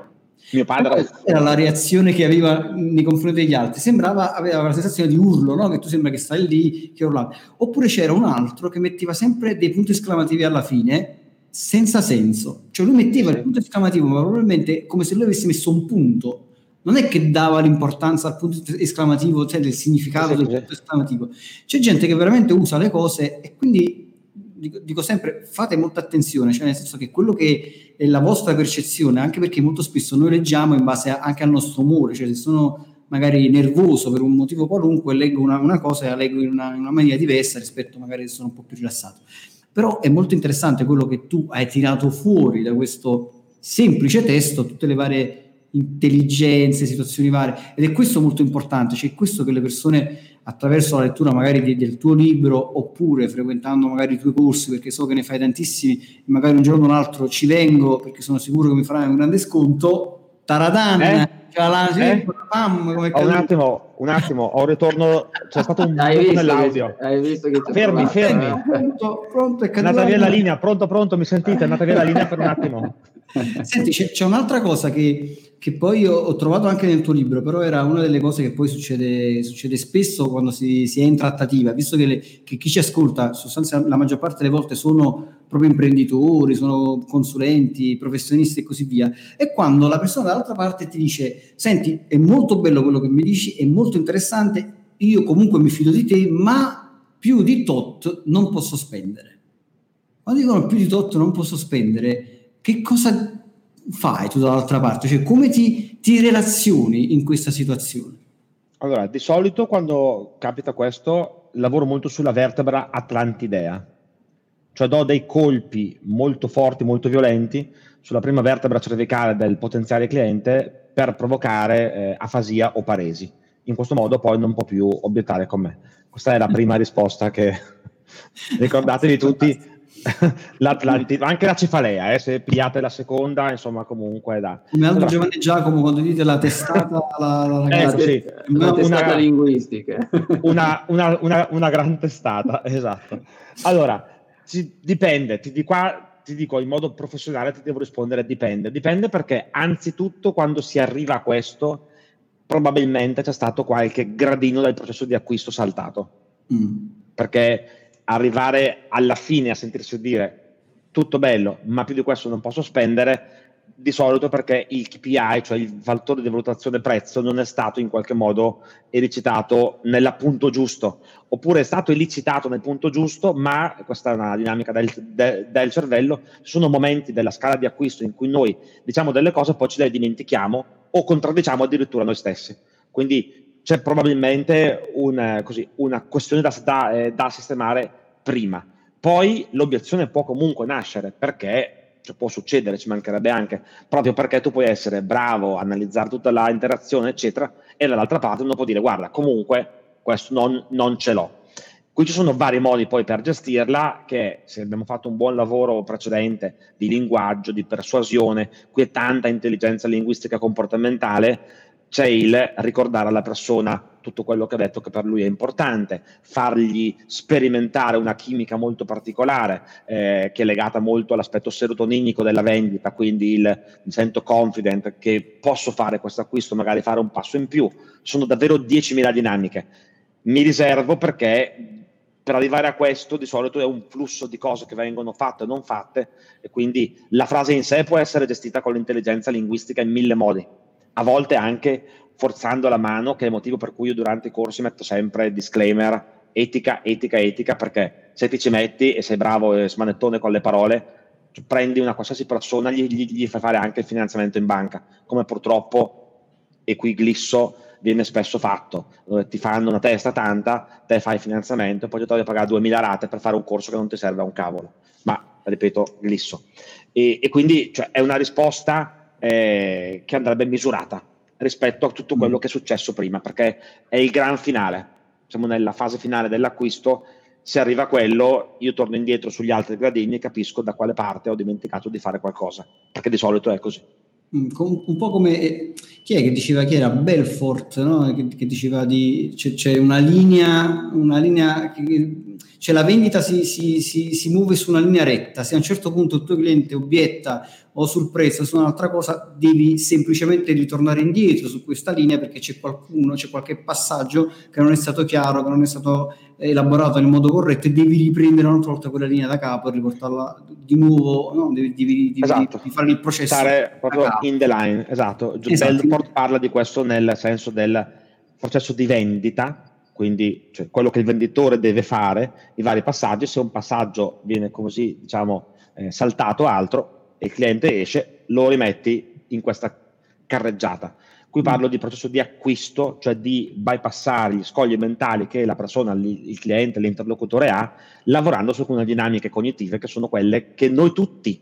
Mio padre era la reazione che aveva nei confronti degli altri, aveva la sensazione di urlo, no? Che tu sembra che stai lì che urlavi. Oppure c'era un altro che metteva sempre dei punti esclamativi alla fine senza senso, cioè lui metteva il punto esclamativo ma probabilmente come se lui avesse messo un punto, non è che dava l'importanza al punto esclamativo, cioè del significato del punto esclamativo. C'è gente che veramente usa le cose e quindi dico sempre fate molta attenzione, cioè nel senso che quello che è la vostra percezione, anche perché molto spesso noi leggiamo in base anche al nostro umore, cioè se sono magari nervoso per un motivo qualunque leggo una cosa e la leggo in una maniera diversa rispetto magari se sono un po' più rilassato. Però è molto interessante quello che tu hai tirato fuori da questo semplice testo, tutte le varie intelligenze, situazioni varie, ed è questo molto importante, cioè questo che le persone attraverso la lettura magari del tuo libro oppure frequentando magari i tuoi corsi, perché so che ne fai tantissimi, magari un giorno o un altro ci vengo perché sono sicuro che mi farai un grande sconto, taradan, un attimo, ho ritorno, c'è stato un buco nell'audio. Hai visto che fermi. Pronto, è andata via la linea, pronto, mi sentite? È andata via la linea per un attimo. Senti, c'è un'altra cosa che poi ho trovato anche nel tuo libro, però era una delle cose che poi succede spesso quando si è in trattativa, visto che chi ci ascolta, sostanzialmente la maggior parte delle volte sono proprio imprenditori, sono consulenti, professionisti e così via, e quando la persona dall'altra parte ti dice senti, è molto bello quello che mi dici, è molto interessante, io comunque mi fido di te, ma più di tot non posso spendere. Quando dicono più di tot non posso spendere, che cosa fai tu dall'altra parte? Cioè, come ti relazioni in questa situazione? Allora, di solito quando capita questo, lavoro molto sulla vertebra atlantidea, cioè do dei colpi molto forti, molto violenti sulla prima vertebra cervicale del potenziale cliente per provocare afasia o paresi. In questo modo poi non può più obiettare con me. Questa è la prima risposta che ricordatevi tutti. L'Atlantide, anche la cefalea, se pigliate la seconda, insomma, comunque da. Come Aldo Giovanni Giacomo quando dite la testata, la testata linguistica, una gran testata, esatto. Allora, dipende, ti dico in modo professionale, ti devo rispondere dipende perché anzitutto quando si arriva a questo probabilmente c'è stato qualche gradino del processo di acquisto saltato, perché arrivare alla fine a sentirsi dire tutto bello, ma più di questo non posso spendere, di solito perché il KPI, cioè il valore di valutazione prezzo, non è stato in qualche modo elicitato nell'appunto giusto, oppure è stato elicitato nel punto giusto, ma questa è una dinamica del cervello, ci sono momenti della scala di acquisto in cui noi diciamo delle cose, poi ce le dimentichiamo o contraddiciamo addirittura noi stessi. Quindi c'è probabilmente una questione da sistemare prima. Poi l'obiezione può comunque nascere, perché può succedere, ci mancherebbe anche, proprio perché tu puoi essere bravo a analizzare tutta la interazione, eccetera, e dall'altra parte uno può dire guarda, comunque questo non ce l'ho. Qui ci sono vari modi poi per gestirla, che se abbiamo fatto un buon lavoro precedente di linguaggio, di persuasione, qui è tanta intelligenza linguistica comportamentale, c'è il ricordare alla persona tutto quello che ha detto che per lui è importante, fargli sperimentare una chimica molto particolare che è legata molto all'aspetto serotoninico della vendita, quindi mi sento confident che posso fare questo acquisto, magari fare un passo in più. Sono davvero 10.000 dinamiche. Mi riservo perché per arrivare a questo di solito è un flusso di cose che vengono fatte o non fatte, e quindi la frase in sé può essere gestita con l'intelligenza linguistica in 1000 modi. A volte anche forzando la mano, che è il motivo per cui io durante i corsi metto sempre disclaimer, etica, perché se ti ci metti e sei bravo e smanettone con le parole, prendi una qualsiasi persona, gli fai fare anche il finanziamento in banca, come purtroppo, e qui glisso, viene spesso fatto, dove ti fanno una testa tanta, te fai il finanziamento e poi ti trovi a pagare 2000 rate per fare un corso che non ti serve a un cavolo, ma ripeto, glisso. E quindi è una risposta che andrebbe misurata rispetto a tutto quello che è successo prima, perché è il gran finale, siamo nella fase finale dell'acquisto, se arriva quello io torno indietro sugli altri gradini e capisco da quale parte ho dimenticato di fare qualcosa, perché di solito è così. Un po' come chi è che diceva, che era Belfort, no? che diceva c'è una linea cioè la vendita si muove su una linea retta, se a un certo punto il tuo cliente obietta o sul prezzo, su un'altra cosa, devi semplicemente ritornare indietro su questa linea perché c'è qualche passaggio che non è stato chiaro, che non è stato elaborato nel modo corretto e devi riprendere un'altra volta quella linea da capo e riportarla di nuovo, no? Devi fare il processo. Stare proprio in the line, esatto. Belfort parla di questo nel senso del processo di vendita, quindi cioè, quello che il venditore deve fare, i vari passaggi. Se un passaggio viene così, diciamo, saltato altro e il cliente esce, lo rimetti in questa carreggiata. Qui parlo di processo di acquisto, cioè di bypassare gli scogli mentali che la persona, il cliente, l'interlocutore ha, lavorando su alcune dinamiche cognitive che sono quelle che noi tutti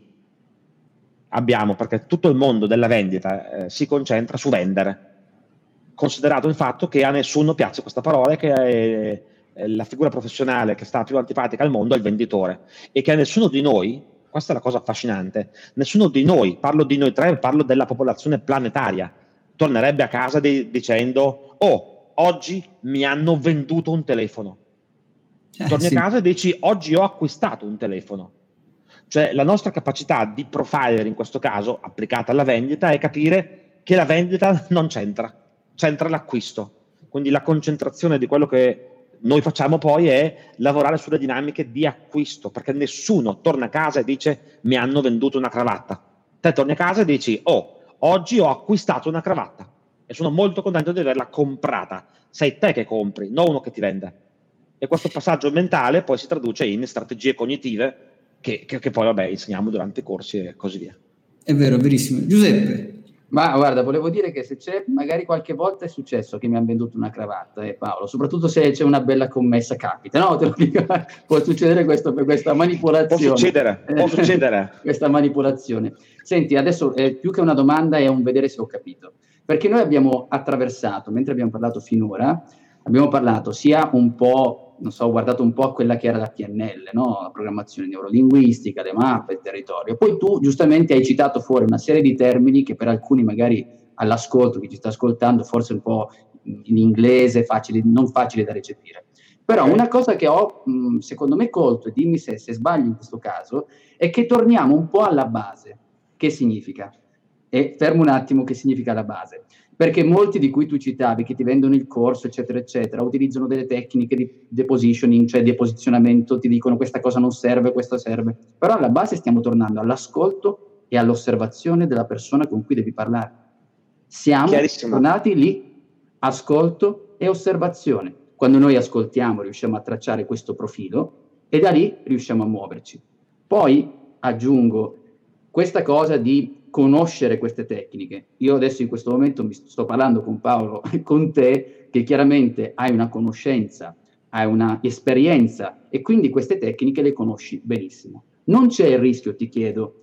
abbiamo, perché tutto il mondo della vendita si concentra su vendere, considerato il fatto che a nessuno piace questa parola, che è la figura professionale che sta più antipatica al mondo è il venditore, e che a nessuno di noi, questa è la cosa affascinante, nessuno di noi, parlo di noi tre, parlo della popolazione planetaria, tornerebbe a casa dicendo: oh, oggi mi hanno venduto un telefono. Torni a casa e dici: oggi ho acquistato un telefono. Cioè la nostra capacità di profiler in questo caso applicata alla vendita è capire che la vendita non c'entra l'acquisto. Quindi la concentrazione di quello che noi facciamo poi è lavorare sulle dinamiche di acquisto, perché nessuno torna a casa e dice: mi hanno venduto una cravatta. Te torni a casa e dici: oh, oggi ho acquistato una cravatta e sono molto contento di averla comprata. Sei te che compri, non uno che ti vende. E questo passaggio mentale poi si traduce in strategie cognitive che poi insegniamo durante i corsi e così via. È vero, verissimo. Giuseppe? Ma guarda, volevo dire che se c'è, magari qualche volta è successo che mi hanno venduto una cravatta, Paolo, soprattutto se c'è una bella commessa, capita, no? Te lo dico, può succedere questa manipolazione. Può succedere. Questa manipolazione. Senti, adesso più che una domanda è un vedere se ho capito, perché noi abbiamo attraversato, mentre abbiamo parlato finora, abbiamo parlato sia un po', non so, ho guardato un po' a quella che era la PNL, no? La programmazione neurolinguistica, le mappe, il territorio. Poi tu giustamente hai citato fuori una serie di termini che per alcuni magari all'ascolto, chi ci sta ascoltando, forse un po' in inglese, non facile da recepire. Però una cosa che ho, secondo me, colto, e dimmi se sbaglio in questo caso, è che torniamo un po' alla base. Che significa? E fermo un attimo, che significa la base? Perché molti di cui tu citavi, che ti vendono il corso, eccetera, eccetera, utilizzano delle tecniche di depositioning, cioè di posizionamento, ti dicono questa cosa non serve, questa serve. Però alla base stiamo tornando all'ascolto e all'osservazione della persona con cui devi parlare. Siamo tornati lì, ascolto e osservazione. Quando noi ascoltiamo riusciamo a tracciare questo profilo e da lì riusciamo a muoverci. Poi aggiungo questa cosa di conoscere queste tecniche. Io adesso in questo momento mi sto parlando con Paolo e con te, che chiaramente hai una conoscenza, hai una esperienza e quindi queste tecniche le conosci benissimo. Non c'è il rischio, ti chiedo,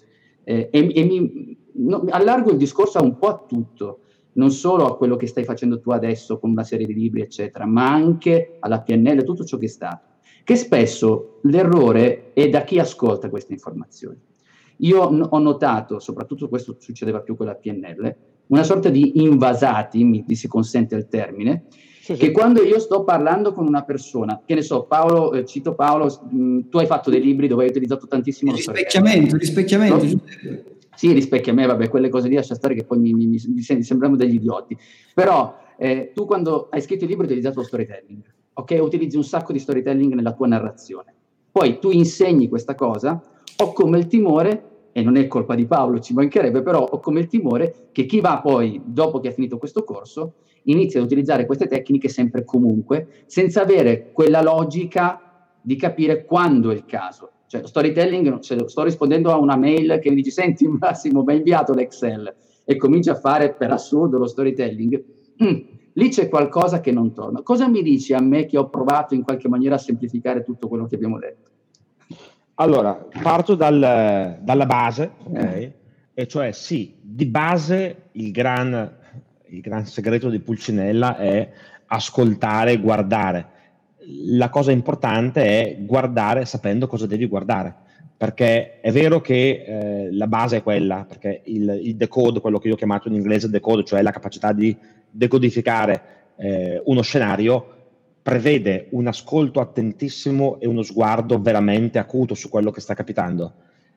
allargo il discorso un po' a tutto, non solo a quello che stai facendo tu adesso con una serie di libri, eccetera, ma anche alla PNL, tutto ciò che è stato, che spesso l'errore è da chi ascolta queste informazioni. Io ho notato, soprattutto questo succedeva più con la PNL, una sorta di invasati, mi si consente il termine, che quando io sto parlando con una persona, che ne so, Paolo, cito Paolo, tu hai fatto dei libri dove hai utilizzato tantissimo lo rispecchiamento. No? Sì, rispecchia a me, vabbè, quelle cose lì lascia stare che poi mi sembriamo degli idioti. Però tu quando hai scritto i libri hai utilizzato lo storytelling, ok? Utilizzi un sacco di storytelling nella tua narrazione. Poi tu insegni questa cosa. Ho come il timore, e non è colpa di Paolo, ci mancherebbe, però ho come il timore che chi va poi, dopo che ha finito questo corso, inizia ad utilizzare queste tecniche sempre e comunque, senza avere quella logica di capire quando è il caso. Cioè, lo storytelling, sto rispondendo a una mail che mi dice: senti Massimo, mi hai inviato l'Excel, e comincia a fare per assurdo lo storytelling. Lì c'è qualcosa che non torna. Cosa mi dici a me che ho provato in qualche maniera a semplificare tutto quello che abbiamo detto? Allora, parto dalla base, okay? E cioè sì, di base il gran segreto di Pulcinella è ascoltare e guardare. La cosa importante è guardare sapendo cosa devi guardare, perché è vero che la base è quella, perché il decode, quello che io ho chiamato in inglese decode, cioè la capacità di decodificare uno scenario, prevede un ascolto attentissimo e uno sguardo veramente acuto su quello che sta capitando.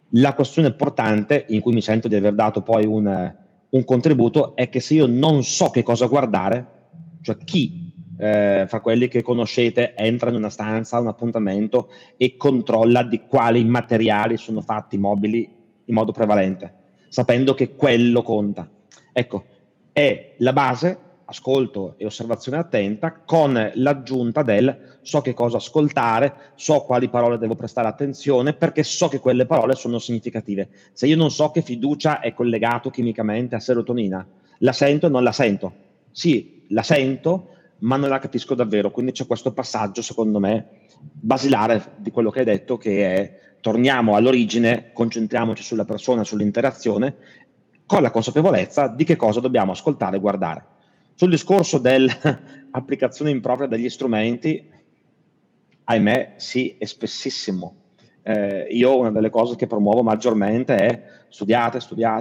La questione importante, in cui mi sento di aver dato poi un contributo, è che se io non so che cosa guardare, cioè chi fra quelli che conoscete entra in una stanza, un appuntamento e controlla di quali materiali sono fatti i mobili in modo prevalente, sapendo che quello conta. Ecco, è la base, ascolto e osservazione attenta, con l'aggiunta del so che cosa ascoltare, so quali parole devo prestare attenzione, perché so che quelle parole sono significative. Se io non so che fiducia è collegato chimicamente a serotonina, la sento o non la sento? Sì, la sento, ma non la capisco davvero. Quindi c'è questo passaggio, secondo me, basilare di quello che hai detto, che è torniamo all'origine, concentriamoci sulla persona, sull'interazione, con la consapevolezza di che cosa dobbiamo ascoltare e guardare. Sul discorso dell'applicazione impropria degli strumenti, ahimè, sì, è spessissimo. Io una delle cose che promuovo maggiormente è studiate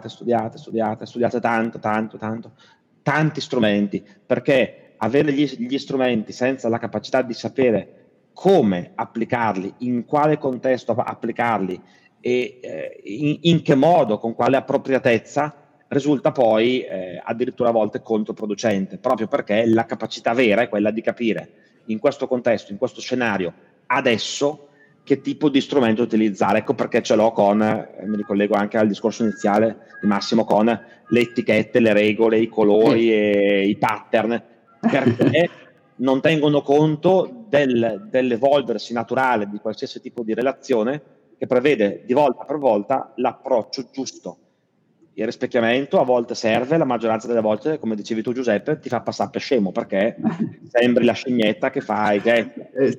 tanti strumenti, perché avere gli strumenti senza la capacità di sapere come applicarli, in quale contesto applicarli e in che modo, con quale appropriatezza, risulta poi addirittura a volte controproducente, proprio perché la capacità vera è quella di capire in questo contesto, in questo scenario, adesso, che tipo di strumento utilizzare. Ecco perché ce l'ho con, mi ricollego anche al discorso iniziale di Massimo, con le etichette, le regole, i colori e i pattern, perché non tengono conto dell'evolversi naturale di qualsiasi tipo di relazione, che prevede di volta per volta l'approccio giusto. Il rispecchiamento a volte serve, la maggioranza delle volte, come dicevi tu Giuseppe, ti fa passare per scemo, perché sembri la scimmietta che fa i gesti.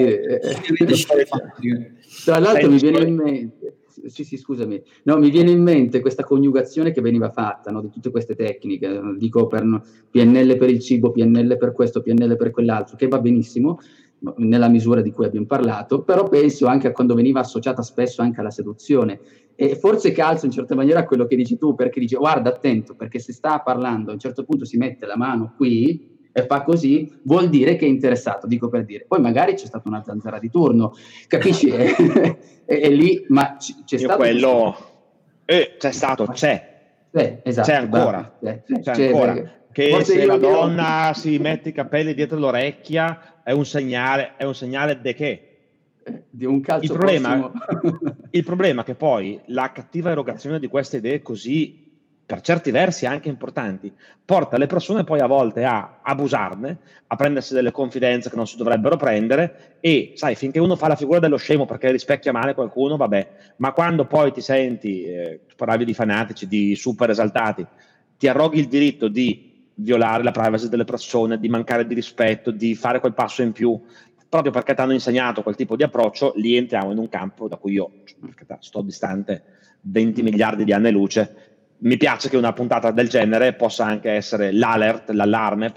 Tra l'altro mi viene in mente, scusami, no, mi viene in mente questa coniugazione che veniva fatta, no, di tutte queste tecniche, dico per PNL per il cibo, PNL per questo, PNL per quell'altro, che va benissimo nella misura di cui abbiamo parlato, però penso anche a quando veniva associata spesso anche alla seduzione, e forse calza in certa maniera a quello che dici tu, perché dice guarda attento, perché se sta parlando a un certo punto si mette la mano qui e fa così, vuol dire che è interessato, dico per dire. Poi magari c'è stata una zanzara di turno, capisci? È lì, ma c'è stato quello esatto. C'è ancora, c'è ancora. Che se la donna si mette i capelli dietro l'orecchia è un segnale di che? Di un calcio il problema è che poi la cattiva erogazione di queste idee così, per certi versi anche importanti, porta le persone poi a volte a abusarne, a prendersi delle confidenze che non si dovrebbero prendere, e sai, finché uno fa la figura dello scemo perché rispecchia male qualcuno, vabbè, ma quando poi ti senti, parlavi di fanatici, di super esaltati, ti arroghi il diritto di violare la privacy delle persone, di mancare di rispetto, di fare quel passo in più, proprio perché ti hanno insegnato quel tipo di approccio, lì entriamo in un campo da cui io sto distante 20 miliardi di anni luce. Mi piace che una puntata del genere possa anche essere l'alert, l'allarme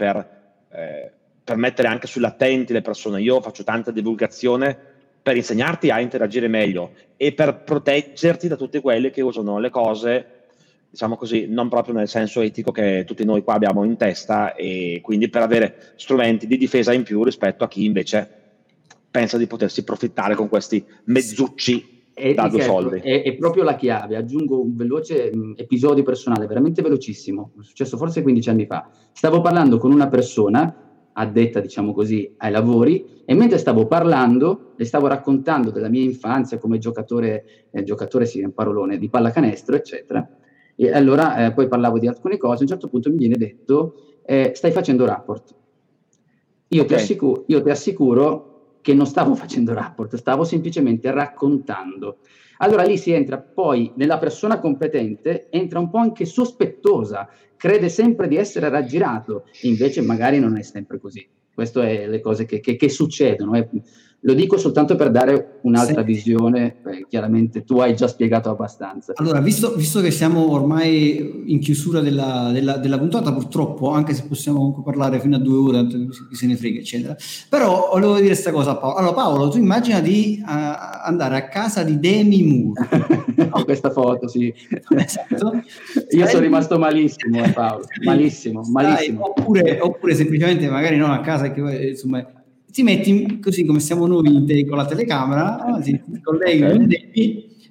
per mettere anche sull'attenti le persone. Io faccio tanta divulgazione per insegnarti a interagire meglio e per proteggerti da tutti quelli che usano le cose, diciamo così, non proprio nel senso etico che tutti noi qua abbiamo in testa, e quindi per avere strumenti di difesa in più rispetto a chi invece pensa di potersi profittare con questi mezzucci da due soldi. È proprio la chiave. Aggiungo un veloce episodio personale, veramente velocissimo, è successo forse 15 anni fa. Stavo parlando con una persona addetta, diciamo così, ai lavori, e mentre stavo parlando le stavo raccontando della mia infanzia come giocatore sì, un parolone, di pallacanestro, eccetera. E allora poi parlavo di alcune cose. A un certo punto mi viene detto stai facendo rapport. Io ti assicuro che non stavo facendo rapport, stavo semplicemente raccontando. Allora lì si entra poi nella persona competente, entra un po' anche sospettosa, crede sempre di essere raggirato, invece magari non è sempre così. Queste sono le cose che succedono. Lo dico soltanto per dare un'altra visione, chiaramente tu hai già spiegato abbastanza. Allora, visto che siamo ormai in chiusura della puntata, purtroppo, anche se possiamo comunque parlare fino a 2 ore, tanto chi se ne frega, eccetera, però volevo dire questa cosa a Paolo. Allora, Paolo, tu immagina di andare a casa di Demi Moore. Questa foto, sì. Esatto. Io sono rimasto malissimo, Paolo, malissimo. Oppure semplicemente magari non a casa, che insomma ti metti così come siamo noi con la telecamera, ti colleghi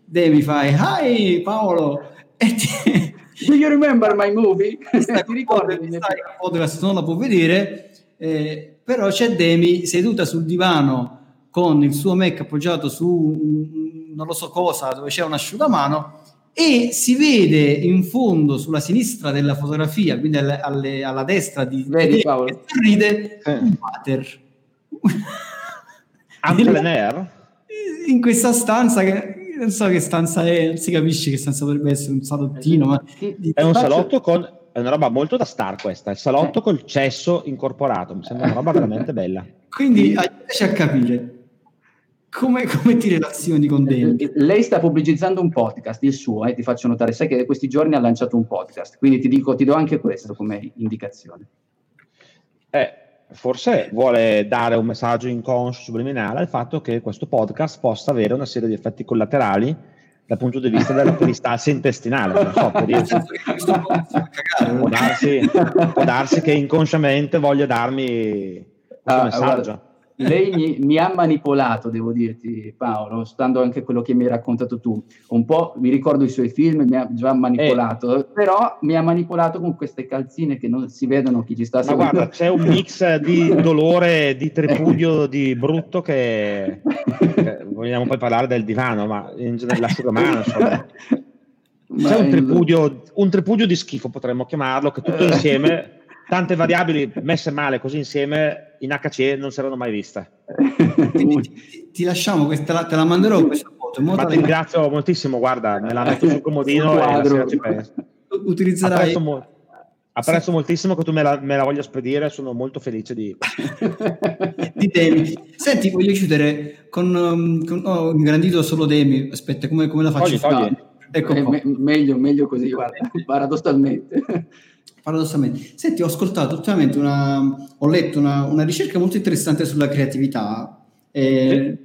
Demi fai, hi Paolo, do you remember my movie? Ti ricordi? Podcast non la può vedere, però c'è Demi seduta sul divano con il suo Mac appoggiato su non lo so cosa, dove c'è un asciugamano, e si vede in fondo sulla sinistra della fotografia, quindi alla destra di Vedi, Paolo, che sorride, un water. In questa stanza che non so che stanza è, non si capisce che stanza potrebbe essere, un salottino, ma è un salotto è una roba molto da star questa, il salotto col cesso incorporato, mi sembra una roba veramente bella. Quindi aiutaci a capire come ti relazioni con Demi. Lei sta pubblicizzando un podcast, il suo, ti faccio notare, sai che questi giorni ha lanciato un podcast, quindi ti do anche questo come indicazione. Forse vuole dare un messaggio inconscio subliminale al fatto che questo podcast possa avere una serie di effetti collaterali dal punto di vista della peristalsi intestinale. Non so, può darsi che inconsciamente voglia darmi questo messaggio. Guarda, lei mi ha manipolato, devo dirti, Paolo, stando anche a quello che mi hai raccontato tu. Un po' mi ricordo i suoi film, mi ha già manipolato, però mi ha manipolato con queste calzine che non si vedono chi ci sta seguendo. Ma guarda, c'è un mix di dolore, di tripudio, di brutto che vogliamo poi parlare del divano, ma in generale l'essere umano, insomma. C'è un tripudio di schifo, potremmo chiamarlo, che tutto insieme... Tante variabili messe male così insieme in HCE non si erano mai viste. Ti lasciamo questa, te la manderò questa foto. Ma ti ringrazio moltissimo, guarda, me la metto sul comodino e la sera ci penso. Utilizzerai... Apprezzo moltissimo che tu me la voglia spedire, sono molto felice di Demi. Senti, voglio chiudere con ho ingrandito solo Demi. Aspetta, come la faccio? Togli. Ecco, meglio così, guarda, paradossalmente. Senti, ho ascoltato ultimamente ho letto una ricerca molto interessante sulla creatività che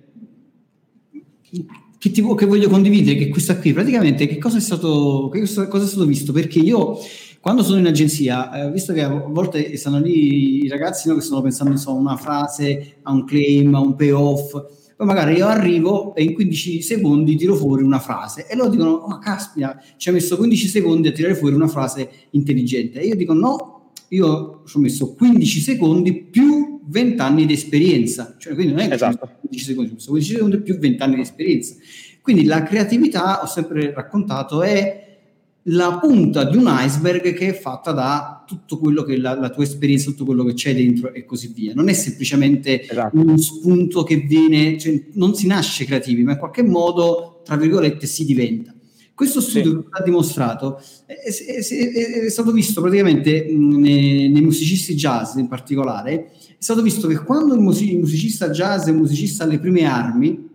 voglio condividere, che questa qui praticamente che cosa è stato visto, perché io quando sono in agenzia, visto che a volte stanno lì i ragazzi, no, che stanno pensando insomma, a una frase, a un claim, a un payoff, poi magari io arrivo e in 15 secondi tiro fuori una frase e loro dicono, oh caspita, ci ha messo 15 secondi a tirare fuori una frase intelligente, e io dico no, io ci ho messo 15 secondi più 20 anni di esperienza, cioè quindi non è che esatto. 15 secondi, ci ho messo 15 secondi più 20 anni di esperienza. Quindi la creatività, ho sempre raccontato, è la punta di un iceberg che è fatta da tutto quello che la tua esperienza, tutto quello che c'è dentro e così via. Non è semplicemente uno spunto che viene, cioè non si nasce creativi, ma in qualche modo, tra virgolette, si diventa. Questo studio ha dimostrato, è stato visto praticamente nei musicisti jazz in particolare, è stato visto che quando il musicista jazz è un musicista alle prime armi,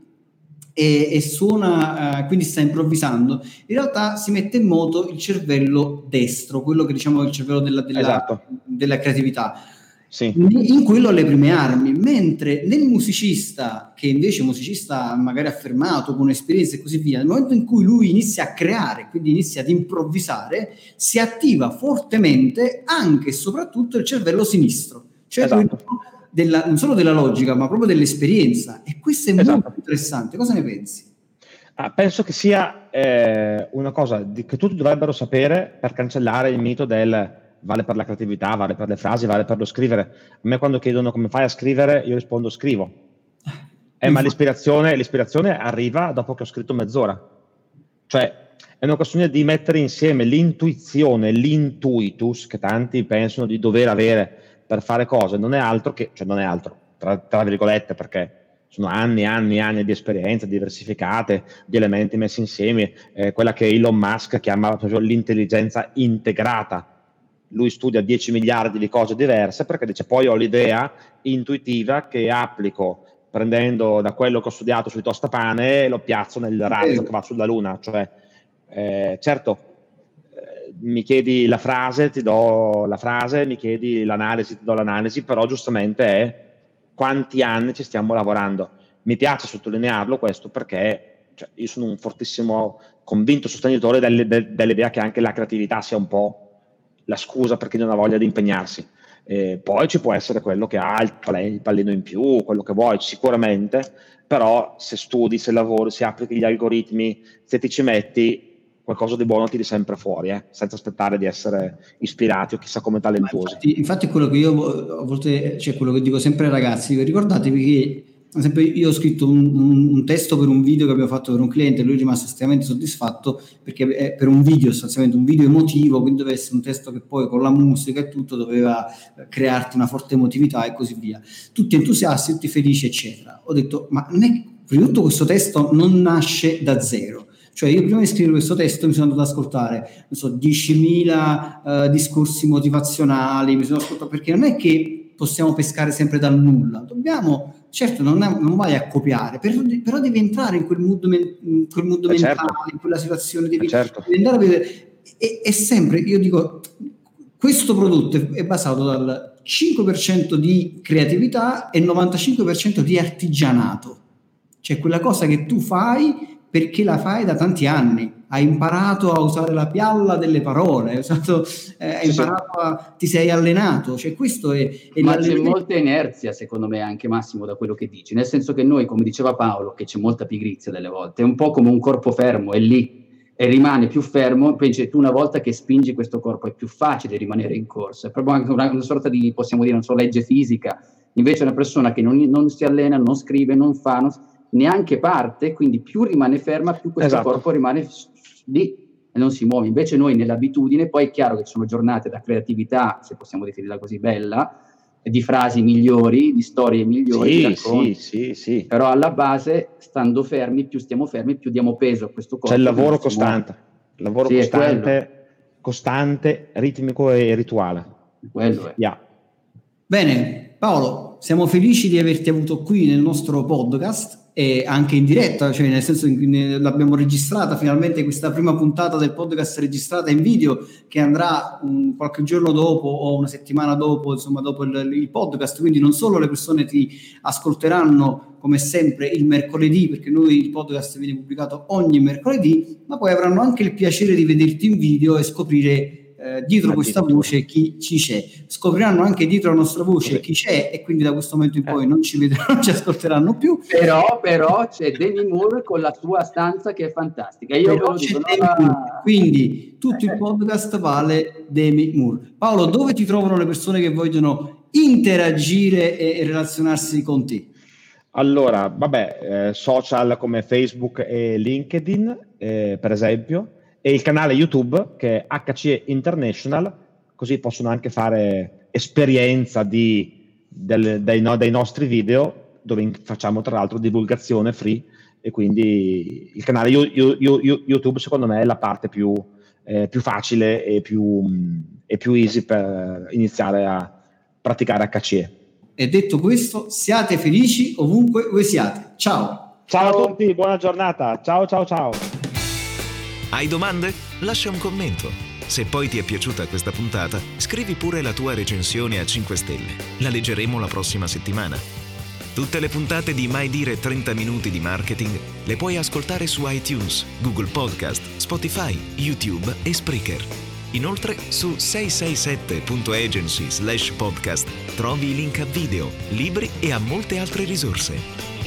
e suona, quindi sta improvvisando, in realtà si mette in moto il cervello destro, quello che diciamo è il cervello della creatività, sì. In quello alle prime armi, mentre nel musicista, che invece è un musicista magari affermato, con esperienza e così via, nel momento in cui lui inizia a creare, quindi inizia ad improvvisare, si attiva fortemente anche e soprattutto il cervello sinistro, cioè non solo della logica, ma proprio dell'esperienza, e questo è molto interessante. Cosa ne pensi? Penso che sia una cosa che tutti dovrebbero sapere per cancellare il mito del vale per la creatività, vale per le frasi, vale per lo scrivere. A me quando chiedono come fai a scrivere, io rispondo scrivo. Ma l'ispirazione arriva dopo che ho scritto mezz'ora. Cioè è una questione di mettere insieme l'intuizione, l'intuitus, che tanti pensano di dover avere per fare cose, non è altro, tra virgolette, perché sono anni di esperienza diversificate, di elementi messi insieme, quella che Elon Musk chiama proprio l'intelligenza integrata. Lui studia 10 miliardi di cose diverse perché dice poi ho l'idea intuitiva che applico prendendo da quello che ho studiato sui tostapane e lo piazzo nel razzo che va sulla luna. Cioè, certo, mi chiedi la frase, ti do la frase, mi chiedi l'analisi, ti do l'analisi, però giustamente è quanti anni ci stiamo lavorando. Mi piace sottolinearlo questo perché io sono un fortissimo convinto sostenitore dell'idea che anche la creatività sia un po' la scusa per chi non ha voglia di impegnarsi. Poi ci può essere quello che ha il pallino in più, quello che vuoi, sicuramente, però se studi, se lavori, se applichi gli algoritmi, se ti ci metti, qualcosa di buono tiri sempre fuori, senza aspettare di essere ispirati o chissà come talentuosi. Infatti è quello che io a volte, cioè quello che dico sempre ai ragazzi, ricordatevi che ad esempio io ho scritto un testo per un video che abbiamo fatto per un cliente, lui è rimasto estremamente soddisfatto perché è per un video, sostanzialmente un video emotivo, quindi doveva essere un testo che poi con la musica e tutto doveva crearti una forte emotività e così via. Tutti entusiasti, tutti felici, eccetera. Ho detto, ma non è, prima di tutto questo testo non nasce da zero. Cioè io prima di scrivere questo testo mi sono andato ad ascoltare, non so, 10.000 discorsi motivazionali, mi sono ascoltato, perché non è che possiamo pescare sempre dal nulla, dobbiamo, certo non vai a copiare, però devi entrare in quel mood, mentale, certo. in quella situazione, devi Certo. andare a vedere, e sempre, io dico, questo prodotto è basato dal 5% di creatività e 95% di artigianato, cioè quella cosa che tu fai perché la fai da tanti anni, hai imparato a usare la pialla delle parole, hai imparato ti sei allenato, cioè questo è ma c'è molta inerzia secondo me anche, Massimo, da quello che dici, nel senso che noi, come diceva Paolo, che c'è molta pigrizia delle volte, è un po' come un corpo fermo, è lì e rimane più fermo, invece tu una volta che spingi questo corpo è più facile rimanere in corsa, è proprio anche una sorta di, possiamo dire, non so, legge fisica. Invece una persona che non si allena, non scrive, non fa, neanche parte, quindi più rimane ferma, più questo corpo rimane lì e non si muove. Invece noi nell'abitudine, poi è chiaro che ci sono giornate da creatività, se possiamo definirla così, bella, di frasi migliori, di storie migliori, sì. Però alla base, stando fermi, più stiamo fermi, più diamo peso a questo corpo. C'è il lavoro costante, costante, ritmico e rituale. Quello è. Yeah. Bene, Paolo, siamo felici di averti avuto qui nel nostro podcast e anche in diretta, cioè nel senso l'abbiamo registrata finalmente questa prima puntata del podcast registrata in video, che andrà qualche giorno dopo o una settimana dopo, insomma dopo il podcast, quindi non solo le persone ti ascolteranno come sempre il mercoledì, perché noi il podcast viene pubblicato ogni mercoledì, ma poi avranno anche il piacere di vederti in video e scoprire dietro questa voce chi ci c'è. Scopriranno anche dietro la nostra voce chi c'è, e quindi da questo momento in poi non ci vedranno, non ci ascolteranno più. Però c'è Demi Moore con la sua stanza che è fantastica. Io ve lo dico, quindi tutto il podcast vale Demi Moore. Paolo, dove ti trovano le persone che vogliono interagire e relazionarsi con te? Allora, social come Facebook e LinkedIn, per esempio, e il canale YouTube che è HCE International, così possono anche fare esperienza dei nostri video, dove facciamo tra l'altro divulgazione free, e quindi il canale YouTube secondo me è la parte più facile e più easy per iniziare a praticare HCE. E detto questo, siate felici ovunque voi siate. Ciao a tutti, buona giornata, ciao. Hai domande? Lascia un commento. Se poi ti è piaciuta questa puntata, scrivi pure la tua recensione a 5 stelle. La leggeremo la prossima settimana. Tutte le puntate di Mai Dire 30 Minuti di Marketing le puoi ascoltare su iTunes, Google Podcast, Spotify, YouTube e Spreaker. Inoltre su 667.agency/podcast trovi i link a video, libri e a molte altre risorse.